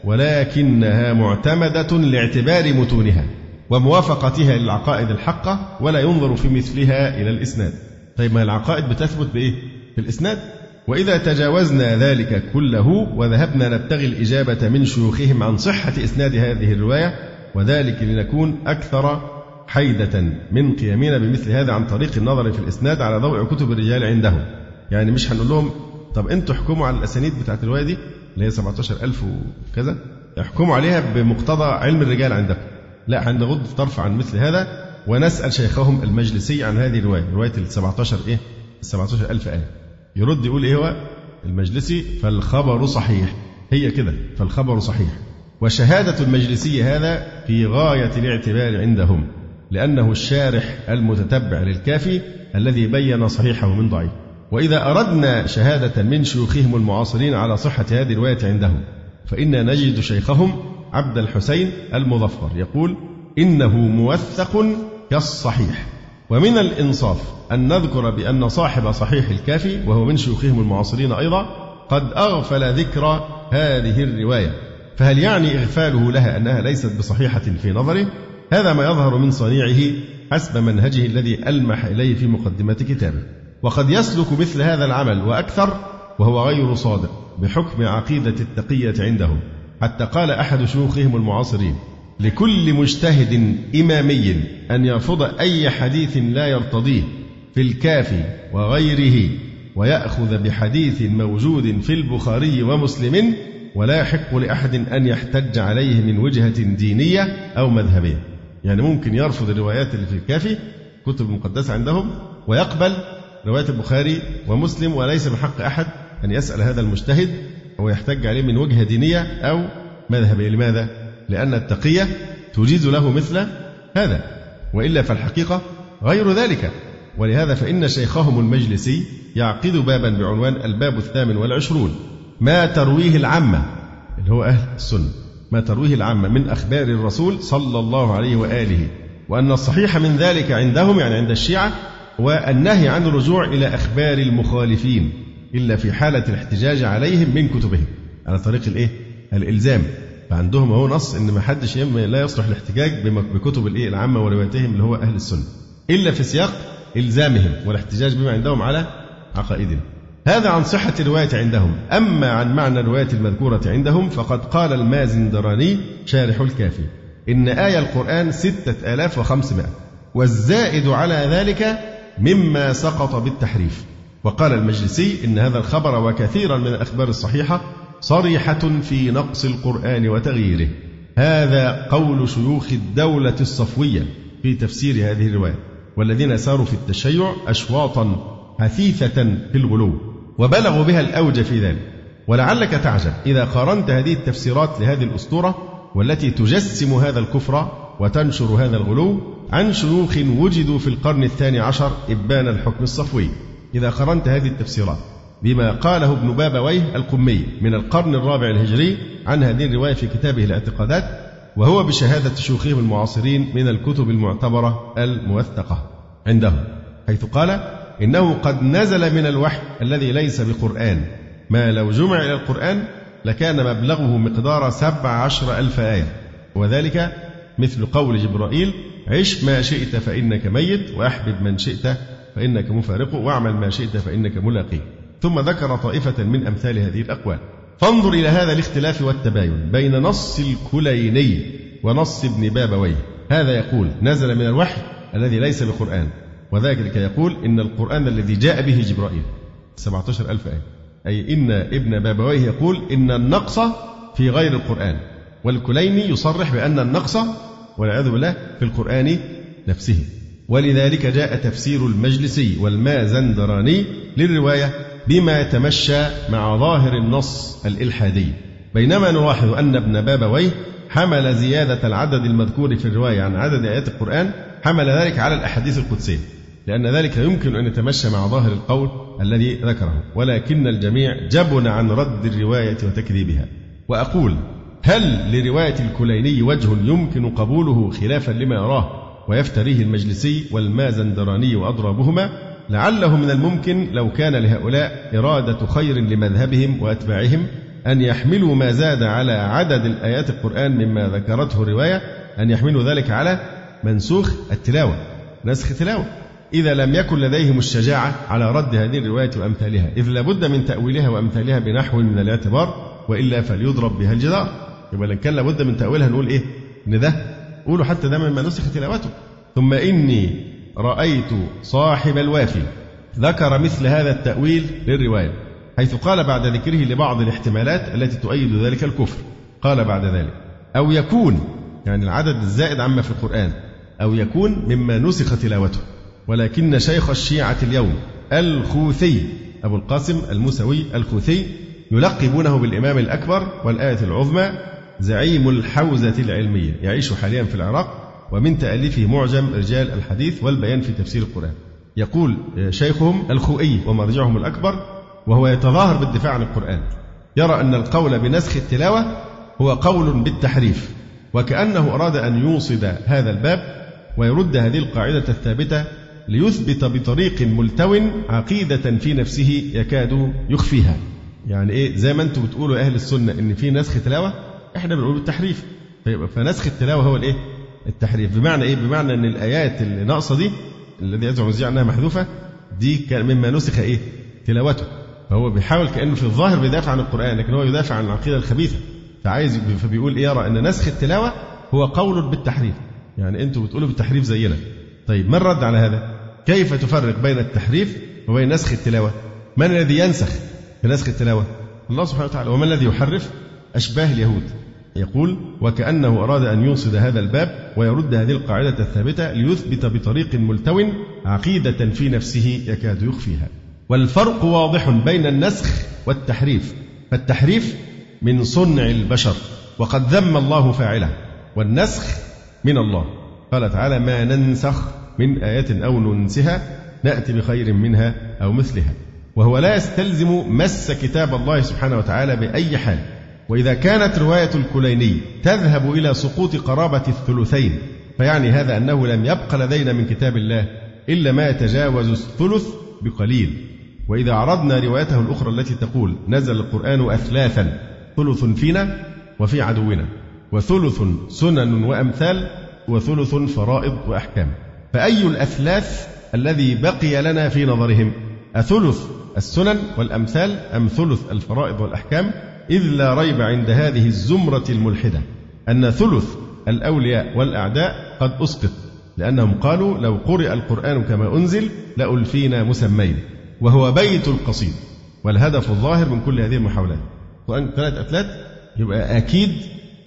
ولكنها معتمدة لاعتبار متونها وموافقتها للعقائد الحقة، ولا ينظر في مثلها إلى الإسناد. طيب ما العقائد بتثبت بإيه؟ في الإسناد. وإذا تجاوزنا ذلك كله وذهبنا نبتغي الإجابة من شيوخهم عن صحة إسناد هذه الرواية، وذلك لنكون أكثر حيدة من قيامنا بمثل هذا عن طريق النظر في الإسناد على ضوء كتب الرجال عندهم. يعني مش هنقول لهم طب أنتوا احكموا على الأسانيد بتاعت الرواية دي اللي هي سبعة عشر ألف وكذا، احكموا عليها بمقتضى علم الرجال عندكم. لا، هنغض الطرف عن مثل هذا ونسأل شيخهم المجلسي عن هذه الرواية، رواية ال سبعة عشر إيه؟ سبعة عشر ألف آية. يرد يقول إيه هو المجلسي؟ فالخبر صحيح، هي كده، فالخبر صحيح. وشهادة المجلسي هذا في غاية الاعتبار عندهم، لأنه الشارح المتتبع للكافي الذي بين صحيحه من ضعيف. وإذا أردنا شهادة من شيوخهم المعاصرين على صحة هذه الرواية عندهم، فإنا نجد شيخهم عبد الحسين المظفر يقول إنه موثق كالصحيح. ومن الإنصاف أن نذكر بأن صاحب صحيح الكافي وهو من شيوخهم المعاصرين أيضا قد أغفل ذكر هذه الرواية، فهل يعني إغفاله لها أنها ليست بصحيحة في نظره؟ هذا ما يظهر من صنيعه حسب منهجه الذي ألمح إليه في مقدمة كتابه. وقد يسلك مثل هذا العمل وأكثر وهو غير صادق بحكم عقيدة التقية عندهم، حتى قال أحد شيوخهم المعاصرين لكل مجتهد إمامي أن يرفض أي حديث لا يرتضيه في الكافي وغيره، ويأخذ بحديث موجود في البخاري ومسلم، ولا يحق لأحد أن يحتج عليه من وجهة دينية أو مذهبية. يعني ممكن يرفض الروايات اللي في الكافي كتب المقدسة عندهم ويقبل رواية البخاري ومسلم، وليس من حق أحد أن يسأل هذا المجتهد ويحتج عليه من وجهة دينية أو مذهبية. لماذا؟ لأن التقية تجيز له مثل هذا، وإلا فالحقيقة غير ذلك. ولهذا فإن شيخهم المجلسي يعقد بابا بعنوان الباب الثامن والعشرون ما ترويه العامة، اللي هو أهل السنة، ما ترويه العامة من أخبار الرسول صلى الله عليه وآله، وأن الصحيح من ذلك عندهم يعني عند الشيعة والنهي عن الرجوع إلى أخبار المخالفين إلا في حالة الاحتجاج عليهم من كتبهم على طريق الإيه؟ الإلزام. فعندهم هو نص إن ما حدش لا يصلح الاحتجاج بكتب الإيه العامة ورواياتهم اللي هو أهل السنة إلا في سياق إلزامهم والاحتجاج بما عندهم على عقائدهم. هذا عن صحة الرواية عندهم. أما عن معنى الرواية المذكورة عندهم فقد قال المازندراني شارح الكافي إن آية القرآن ستة آلاف وخمسمائة، والزائد على ذلك مما سقط بالتحريف. وقال المجلسي إن هذا الخبر وكثيرا من الأخبار الصحيحة صريحة في نقص القرآن وتغييره. هذا قول شيوخ الدولة الصفوية في تفسير هذه الرواية، والذين ساروا في التشيع أشواطا حثيثة في الغلو وبلغوا بها الأوج في ذلك. ولعلك تعجب إذا قارنت هذه التفسيرات لهذه الأسطورة والتي تجسم هذا الكفر وتنشر هذا الغلو عن شيوخ وجدوا في القرن الثاني عشر إبان الحكم الصفوي. إذا قارنت هذه التفسيرات بما قاله ابن بابويه القمي من القرن الرابع الهجري عن هذه الرواية في كتابه الاعتقادات، وهو بشهادة شيوخهم المعاصرين من الكتب المعتبرة الموثقة عندهم، حيث قال إنه قد نزل من الوحي الذي ليس بقرآن ما لو جمع إلى القرآن لكان مبلغه مقدار سبع عشر ألف آية، وذلك مثل قول جبرائيل: عش ما شئت فإنك ميت، وأحبب من شئت فإنك مفارقه، واعمل ما شئت فإنك ملاقيه. ثم ذكر طائفة من أمثال هذه الأقوال. فانظر إلى هذا الاختلاف والتباين بين نص الكليني ونص ابن بابويه. هذا يقول نزل من الوحي الذي ليس بقرآن، وذلك يقول إن القرآن الذي جاء به جبرائيل سبعة عشر ألف آية، أي إن ابن بابويه يقول إن النقص في غير القرآن، والكليني يصرح بأن النقص والعياذ بالله في القرآن نفسه. ولذلك جاء تفسير المجلسي والمازندراني للرواية بما يتمشى مع ظاهر النص الإلحادي، بينما نلاحظ أن ابن بابويه حمل زيادة العدد المذكور في الرواية عن عدد آيات القرآن، حمل ذلك على الأحاديث القدسية، لأن ذلك يمكن أن يتمشى مع ظاهر القول الذي ذكره، ولكن الجميع جبن عن رد الرواية وتكذيبها. وأقول: هل لرواية الكليني وجه يمكن قبوله خلافا لما يراه ويفتريه المجلسي والمازندراني وأضرابهما؟ لعله من الممكن لو كان لهؤلاء إرادة خير لمذهبهم وأتباعهم أن يحملوا ما زاد على عدد الآيات القرآن مما ذكرته الرواية، أن يحملوا ذلك على منسوخ التلاوة، نسخ تلاوة، إذا لم يكن لديهم الشجاعة على رد هذه الرواية وأمثالها، إذ لابد من تأويلها وأمثالها بنحو من الاعتبار، وإلا فليضرب بها الجدار. يبقى لن كان لابد من تأويلها نقول إيه؟ إن ده قولوا حتى ده مما نسخ تلاوته. ثم إني رأيت صاحب الوافي ذكر مثل هذا التأويل للرواية، حيث قال بعد ذكره لبعض الاحتمالات التي تؤيد ذلك الكفر، قال بعد ذلك: أو يكون، يعني العدد الزائد عما في القرآن، أو يكون مما نسخ تلاوته. ولكن شيخ الشيعة اليوم الخوثي أبو القاسم الموسوي الخوثي يلقبونه بالإمام الأكبر والآية العظمى زعيم الحوزة العلمية، يعيش حاليا في العراق، ومن تأليفه معجم رجال الحديث والبيان في تفسير القرآن. يقول شيخهم الخوئي ومرجعهم الأكبر، وهو يتظاهر بالدفاع عن القرآن، يرى أن القول بنسخ التلاوة هو قول بالتحريف، وكأنه أراد أن يوصد هذا الباب ويرد هذه القاعدة الثابتة ليثبت بطريق ملتو عقيدة في نفسه يكاد يخفيها. يعني إيه؟ زي ما أنتم بتقولوا أهل السنة إن في نسخ تلاوة، إحنا بنقول بالتحريف، فنسخ التلاوة هو الإيه؟ التحريف. بمعنى إيه؟ بمعنى أن الآيات اللي ناقصة دي الذي يزعم الزيع أنها محذوفة دي كان مما نسخ إيه؟ تلاوته. فهو بيحاول كأنه في الظاهر بيدافع عن القرآن، لكن هو يدافع عن العقيدة الخبيثة، فعايز فبيقول إيه؟ يرى أن نسخ التلاوة هو قول بالتحريف. يعني أنتم بتقولوا بالتحريف زينا. طيب من رد على هذا؟ كيف تفرق بين التحريف وبين نسخ التلاوة؟ من الذي ينسخ في نسخ التلاوة؟ الله سبحانه وتعالى. ومن الذي يحرف؟ أشباه اليهود. يقول: وكأنه أراد أن يوصد هذا الباب ويرد هذه القاعدة الثابتة ليثبت بطريق ملتو عقيدة في نفسه يكاد يخفيها. والفرق واضح بين النسخ والتحريف، فالتحريف من صنع البشر وقد ذم الله فاعله، والنسخ من الله. قال تعالى: ما ننسخ من آية أو ننسها نأتي بخير منها أو مثلها. وهو لا يستلزم مس كتاب الله سبحانه وتعالى بأي حال. وإذا كانت رواية الكليني تذهب إلى سقوط قرابة الثلثين، فيعني هذا أنه لم يبق لدينا من كتاب الله إلا ما يتجاوز الثلث بقليل. وإذا عرضنا روايته الأخرى التي تقول: نزل القرآن أثلاثا، ثلث فينا وفي عدونا، وثلث سنن وأمثال، وثلث فرائض وأحكام، فأي الأثلاث الذي بقي لنا في نظرهم؟ أثلث السنن والأمثال أم ثلث الفرائض والأحكام؟ إذ لا ريب عند هذه الزمرة الملحدة أن ثلث الأولياء والأعداء قد أسقط، لأنهم قالوا: لو قرئ القرآن كما أنزل لألفينا مسمين، وهو بيت القصيد. والهدف الظاهر من كل هذه المحاولات وأن ثلاث أثلاث يبقى أكيد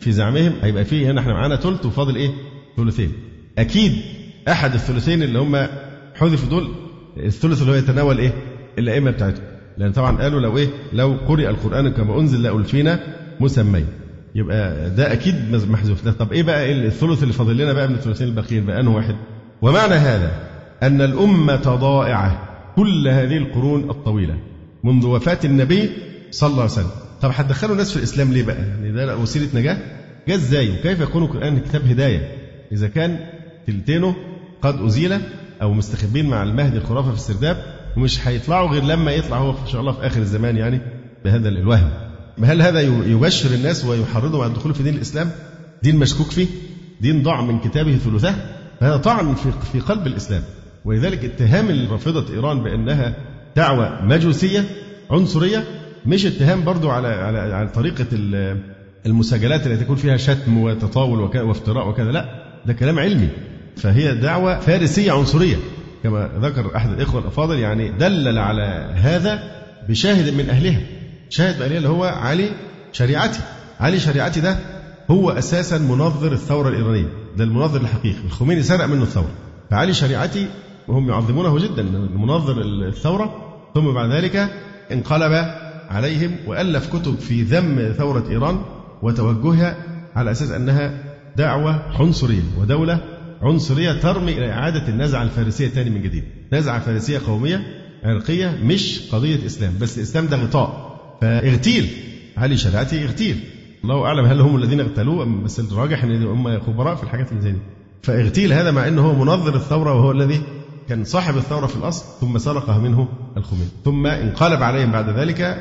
في زعمهم هيبقى فيه هنا احنا معانا ثلث وفاضل إيه؟ ثلثين. أكيد أحد الثلثين اللي هم حذفوا دول الثلث اللي هو يتناول إيه؟ الأئمة بتاعتهم، لأن طبعا قالوا لو إيه؟ لو قرئ القرآن كما أنزل لألفينا مسمين، يبقى ده أكيد محذوف. طب إيه بقى إيه الثلث اللي فاضل لنا بقى من الثلثين الباقيين بقى؟ أنه واحد. ومعنى هذا أن الأمة ضائعة كل هذه القرون الطويلة منذ وفاة النبي صلى الله عليه وسلم. طب هتدخلوا الناس في الإسلام ليه بقى؟ يعني ده وسيلة نجاة؟ جاء إزاي؟ وكيف يكون القرآن كتاب هداية إذا كان تلتينه قد أزيل أو مستخبين مع المهدي الخرافة في السرداب ومش هيطلعوا غير لما يطلع هو إن شاء الله في آخر الزمان يعني بهذا الوهم. هل هذا يبشر الناس ويحرضهم على الدخول في دين الإسلام؟ دين مشكوك فيه، دين ضاع من كتابه ثلثه، فهذا طعن في في قلب الإسلام. ولذلك اتهام الرافضة إيران بأنها دعوة مجوسية عنصرية مش اتهام برضو على على على طريقة المساجلات التي تكون فيها شتم وتطاول وافتراء وكذا، لا ده كلام علمي. فهي دعوة فارسية عنصرية كما ذكر أحد الإخوة الأفاضل، يعني دلل على هذا بشاهد من أهلها. شاهد من أهلها اللي هو علي شريعتي. علي شريعتي ده هو أساسا منظر الثورة الإيرانية، ده المنظر الحقيقي. الخميني سرق منه الثورة، فعلي شريعتي وهم يعظمونه جدا منظر الثورة. ثم بعد ذلك انقلب عليهم وألف كتب في ذم ثورة إيران وتوجهها على أساس أنها دعوة عنصرية ودولة عنصرية ترمي إلى إعادة النزعة الفارسية تاني من جديد. نزعة فارسية قومية عرقية مش قضية إسلام، بس الإسلام ده غطاء. فاغتيل علي شريعتي، اغتيل. الله أعلم هل هم الذين اغتالوه، بس الراجح أن هم خبراء في الحاجات اللي زي دي. فاغتيل هذا مع أنه هو منظر الثورة وهو الذي كان صاحب الثورة في الأصل، ثم سرقها منه الخميني، ثم انقلب عليهم بعد ذلك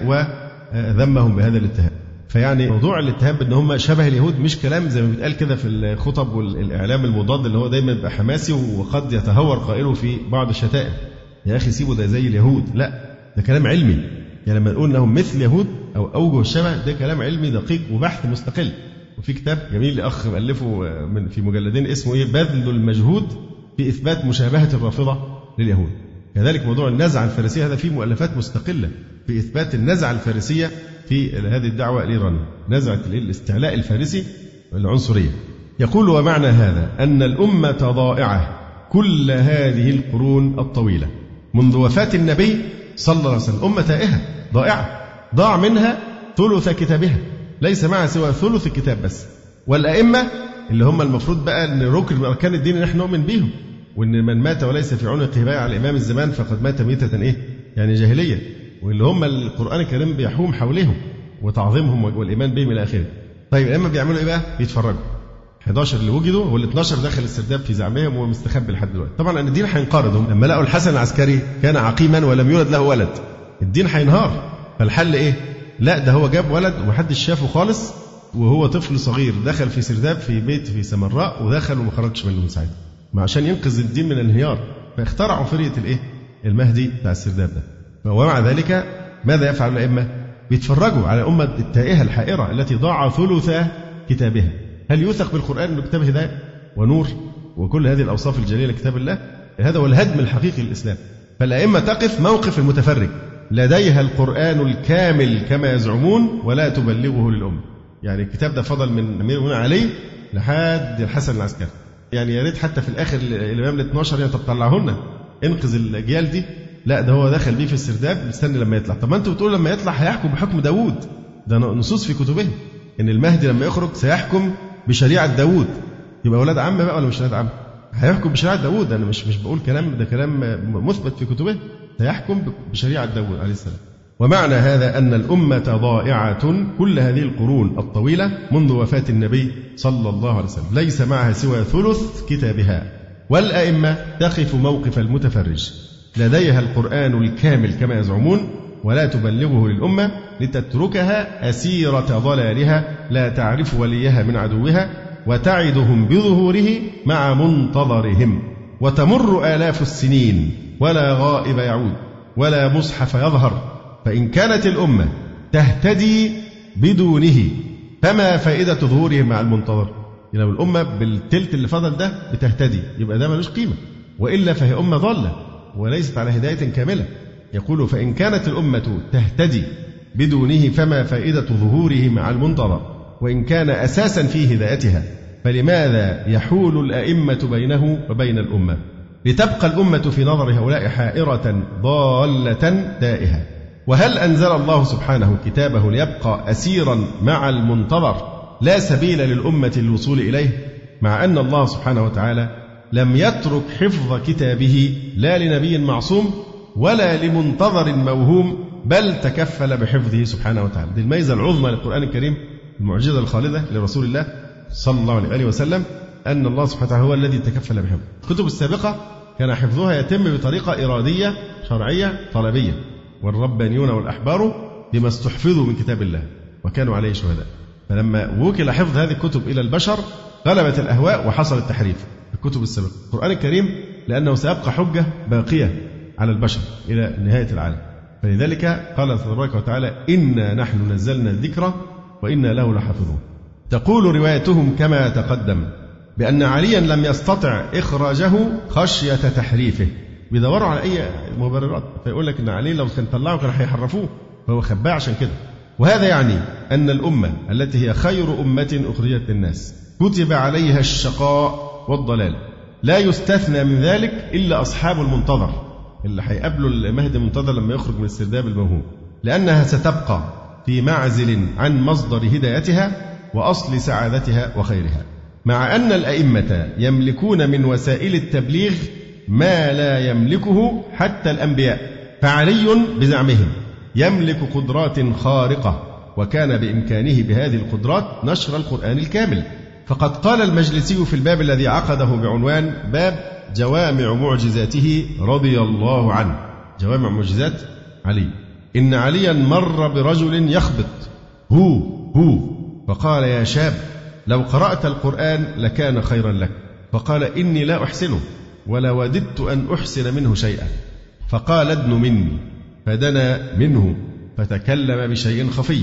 وذمهم بهذا الاتهام. فيعني موضوع الاتهام بأن هم شبه اليهود مش كلام زي ما بيتقال كده في الخطب والإعلام المضاد اللي هو دايما يبقى حماسي وقد يتهور قائله في بعض الشتائم. يا أخي سيبوا ده زي اليهود، لا ده كلام علمي. يعني لما نقول أنهم مثل يهود أو أوجه الشبه ده كلام علمي دقيق وبحث مستقل. وفي كتاب جميل لأخ مؤلفه من في مجلدين اسمه إيه بذل المجهود في إثبات مشابهة الرافضة لليهود. كذلك موضوع النزعة الفارسية هذا فيه مؤلفات مستقلة في إثبات النزعة الفارسية في هذه الدعوة الإيرانية، نزعة الاستعلاء الفارسي والعنصرية. يقول ومعنى هذا أن الأمة ضائعة كل هذه القرون الطويلة منذ وفاة النبي صلى الله عليه وسلم. أمة تائهة ضائعة ضاع منها ثلث كتابها، ليس معها سوى ثلث الكتاب بس. والأئمة اللي هم المفروض بقى أن ركن من أركان الدين نحن نؤمن بهم، وأن من مات وليس في عنقه بايع على الإمام الزمان فقد مات ميتة إيه يعني جاهلية، واللي هم القرآن الكريم بيحوم حولهم وتعظيمهم والإيمان بهم إلى آخره. طيب الأئمة بيعملوا إيه بقى؟ بيتفرجوا. أحد عشر اللي وجدوا وال اثني عشر داخل السرداب في زعمهم ومستخبي لحد دلوقتي. طبعا أن الدين هينقرض. لما لقوا الحسن العسكري كان عقيما ولم يولد له ولد، الدين هينهار. فالحل إيه؟ لا ده هو جاب ولد ومحدش شافه خالص وهو طفل صغير دخل في سرداب في بيت في سمراء ودخل وما خرجش منه من ساعتها، ما عشان ينقذ الدين من الانهيار. فاخترعوا فرية الإيه؟ المهدي بتاع السرداب ده. ومع ذلك ماذا يفعل الأئمة؟ بيتفرجوا على أمة التائهة الحائرة التي ضاع ثلث كتابها. هل يوثق بالقرآن أنه كتاب هداية ونور وكل هذه الأوصاف الجليلة كتاب الله؟ هذا هو الهدم الحقيقي للإسلام. فالأئمة تقف موقف المتفرج، لديها القرآن الكامل كما يزعمون ولا تبلغه للأمة. يعني الكتاب ده فضل من أمير المؤمنين علي لحد الحسن العسكري. يعني يا ريت حتى في الآخر الإمام الاثني عشر يعني طب طلعه لنا انقذ الأجيال دي. لا ده هو دخل بيه في السرداب مستني لما يطلع. طب ما أنتوا بتقولوا لما يطلع هيحكم بحكم داوود، ده نصوص في كتبهم إن المهدي لما يخرج سيحكم بشريعة داوود. يبقى ولاد عم بقى ولا مش ولاد عم؟ هيحكم بشريعة داوود. أنا مش مش بقول كلام، ده كلام مثبت في كتبه. سيحكم بشريعة داوود عليه السلام. ومعنى هذا أن الأمة ضائعة كل هذه القرون الطويلة منذ وفاة النبي صلى الله عليه وسلم، ليس معها سوى ثلث كتابها. والأئمة تقف موقف المتفرج، لديها القرآن الكامل كما يزعمون ولا تبلغه للأمة لتتركها أسيرة ضلالها لا تعرف وليها من عدوها وتعدهم بظهوره مع منتظرهم. وتمر آلاف السنين ولا غائب يعود ولا مصحف يظهر، فإن كانت الأمة تهتدي بدونه فما فائدة ظهورهم مع المنتظر. لو الأمة بالتلت اللي فضل ده بتهتدي يبقى ده ملوش قيمة، وإلا فهي أمة ضالة وليست على هداية كاملة. يقول فإن كانت الأمة تهتدي بدونه فما فائدة ظهوره مع المنتظر. وإن كان أساسا في هدايتها، فلماذا يحول الأئمة بينه وبين الأمة؟ لتبقى الأمة في نظر هؤلاء حائرة ضالة تائهة. وهل أنزل الله سبحانه كتابه ليبقى أسيرا مع المنتظر لا سبيل للأمة للوصول إليه؟ مع أن الله سبحانه وتعالى لم يترك حفظ كتابه لا لنبي معصوم ولا لمنتظر موهوم، بل تكفل بحفظه سبحانه وتعالى. دي الميزة العظمى للقرآن الكريم، المعجزة الخالدة لرسول الله صلى الله عليه وسلم، أن الله سبحانه وتعالى هو الذي تكفل بحفظه. الكتب السابقة كان حفظها يتم بطريقة إرادية شرعية طلبية، والربانيون والأحبار بما استحفظوا من كتاب الله وكانوا عليه شهداء. فلما وكل حفظ هذه الكتب إلى البشر غلبت الأهواء وحصل التحريف في الكتب السابقة. القرآن الكريم لأنه سيبقى حجة باقية على البشر إلى نهاية العالم، فلذلك قال تبارك وتعالى: إنا نحن نزلنا الذكر وإنا له لحافظون. تقول روايتهم كما تقدم بأن عليا لم يستطع إخراجه خشية تحريفه. بيدوروا على أي مبررات، فيقول لك إن علي لو كان طلعه كان هيحرفوه، فهو خباه عشان كده. وهذا يعني أن الأمة التي هي خير أمة أخرجت للناس كتب عليها الشقاء والضلال، لا يستثنى من ذلك إلا أصحاب المنتظر اللي هيقابلوا المهدي المنتظر لما يخرج من السرداب الموهوم، لأنها ستبقى في معزل عن مصدر هدايتها وأصل سعادتها وخيرها. مع أن الأئمة يملكون من وسائل التبليغ ما لا يملكه حتى الأنبياء، فعلي بزعمهم يملك قدرات خارقة، وكان بإمكانه بهذه القدرات نشر القرآن الكامل. فقد قال المجلسي في الباب الذي عقده بعنوان باب جوامع معجزاته رضي الله عنه، جوامع معجزات علي: إن عليا مر برجل يخبط هو هو فقال: يا شاب، لو قرأت القرآن لكان خيرا لك. فقال: إني لا أحسنه ولا وددت أن أحسن منه شيئا. فقال: ادن مني، فدنا منه فتكلم بشيء خفي،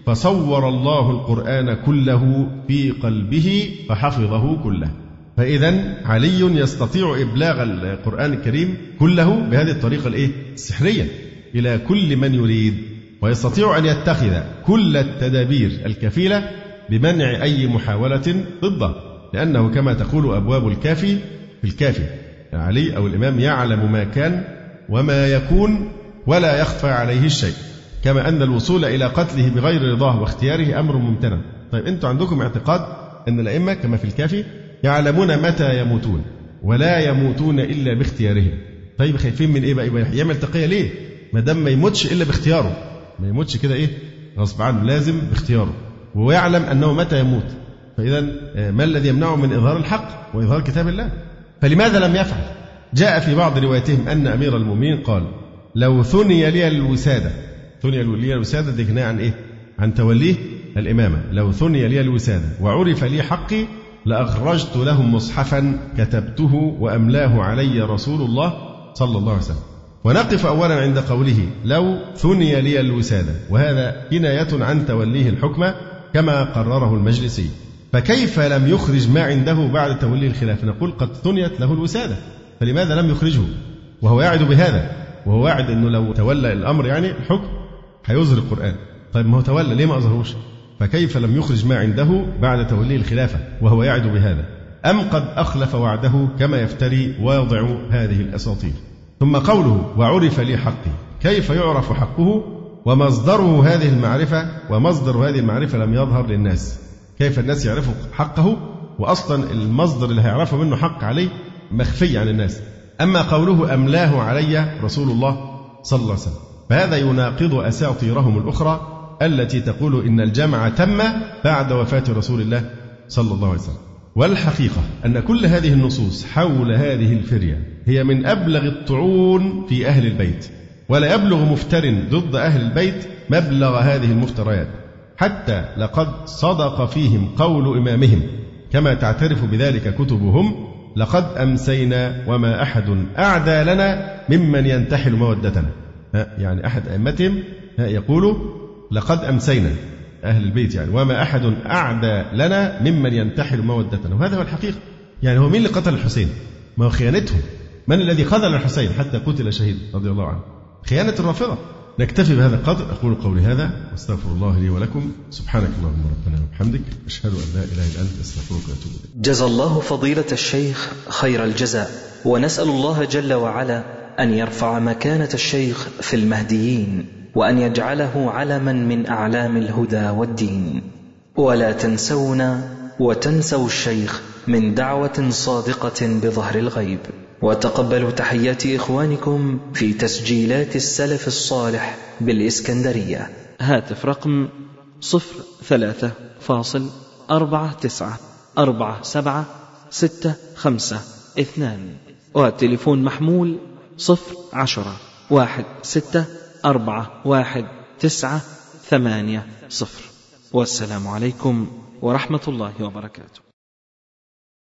فصور الله القرآن كله في قلبه فحفظه كله. فإذا علي يستطيع إبلاغ القرآن الكريم كله بهذه الطريقة الإيه؟ السحرية إلى كل من يريد، ويستطيع أن يتخذ كل التدابير الكفيلة بمنع أي محاولة ضده، لأنه كما تقول أبواب الكافي في الكافي: علي أو الإمام يعلم ما كان وما يكون ولا يخفى عليه الشيء، كما أن الوصول إلى قتله بغير رضاه واختياره أمر ممتنع. طيب أنتم عندكم اعتقاد أن الأئمة كما في الكافي يعلمون متى يموتون ولا يموتون إلا باختيارهم. طيب خايفين من إيه بقى؟ يعمل تقية ليه؟ ما دام ما يموتش إلا باختياره، ما يموتش كده إيه غصب عنه، لازم باختياره، ويعلم أنه متى يموت. فإذا ما الذي يمنعه من إظهار الحق وإظهار كتاب الله؟ فلماذا لم يفعل؟ جاء في بعض رواياتهم أن أمير المؤمنين قال: لو ثني لي الوسادة. ثني لي الوسادة دي كناية عن إيه؟ عن توليه الإمامة. لو ثني لي الوسادة وعرف لي حقي لأخرجت لهم مصحفا كتبته وأملاه علي رسول الله صلى الله عليه وسلم. ونقف أولا عند قوله لو ثني لي الوسادة، وهذا كناية عن توليه الحكم كما قرره المجلسي. فكيف لم يخرج ما عنده بعد توليه الخلافة؟ نقول قد ثنيت له الوسادة، فلماذا لم يخرجه وهو يعد بهذا، وهو واعد أنه لو تولى الأمر يعني الحكم هيظهر القرآن. طيب ما هو تولى ليه ما أظهروش؟ فكيف لم يخرج ما عنده بعد توليه الخلافة وهو يعد بهذا؟ أم قد أخلف وعده كما يفتري ويضع هذه الأساطير؟ ثم قوله وعرف لي حقي، كيف يعرف حقه ومصدره هذه المعرفة؟ ومصدر هذه المعرفة لم يظهر للناس. كيف الناس يعرفوا حقه وأصلا المصدر اللي هيعرفه منه حق عليه مخفي عن الناس؟ أما قوله أملاه علي رسول الله صلى الله عليه وسلم، فهذا يناقض أساطيرهم الأخرى التي تقول إن الجمع تم بعد وفاة رسول الله صلى الله عليه وسلم. والحقيقة أن كل هذه النصوص حول هذه الفرية هي من أبلغ الطعون في أهل البيت، ولا يبلغ مفتر ضد أهل البيت مبلغ هذه المفتريات، حتى لقد صدق فيهم قول إمامهم كما تعترف بذلك كتبهم: لقد أمسينا وما أحد أعدى لنا ممن ينتحل مودتنا. يعني أحد أئمتهم يقول لقد أمسينا أهل البيت يعني وما أحد أعدى لنا ممن ينتحل مودتنا. وهذا هو الحقيقة. يعني هو مين اللي قتل الحسين؟ ما هو خيانتهم. من الذي خذل الحسين حتى قتل شهيد رضي الله عنه؟ خيانة الرافضة. نكتفي بهذا القدر. أقول قولي هذا واستغفر الله لي ولكم. سبحانك اللهم ربنا وبحمدك، أشهد أن لا إله إلا أنت، أستغفرك وأتوب إليك. جزا الله فضيلة الشيخ خير الجزاء، ونسأل الله جل وعلا أن يرفع مكانة الشيخ في المهديين، وأن يجعله علما من أعلام الهدى والدين. ولا تنسونا وتنسوا الشيخ من دعوة صادقة بظهر الغيب. وتقبلوا تحيات إخوانكم في تسجيلات السلف الصالح بالإسكندرية. هاتف رقم صفر ثلاثة فاصل أربعة تسعة أربعة سبعة ستة خمسة اثنان، والتليفون محمول صفر عشرة واحد ستة أربعة واحد تسعة ثمانية صفر. والسلام عليكم ورحمة الله وبركاته.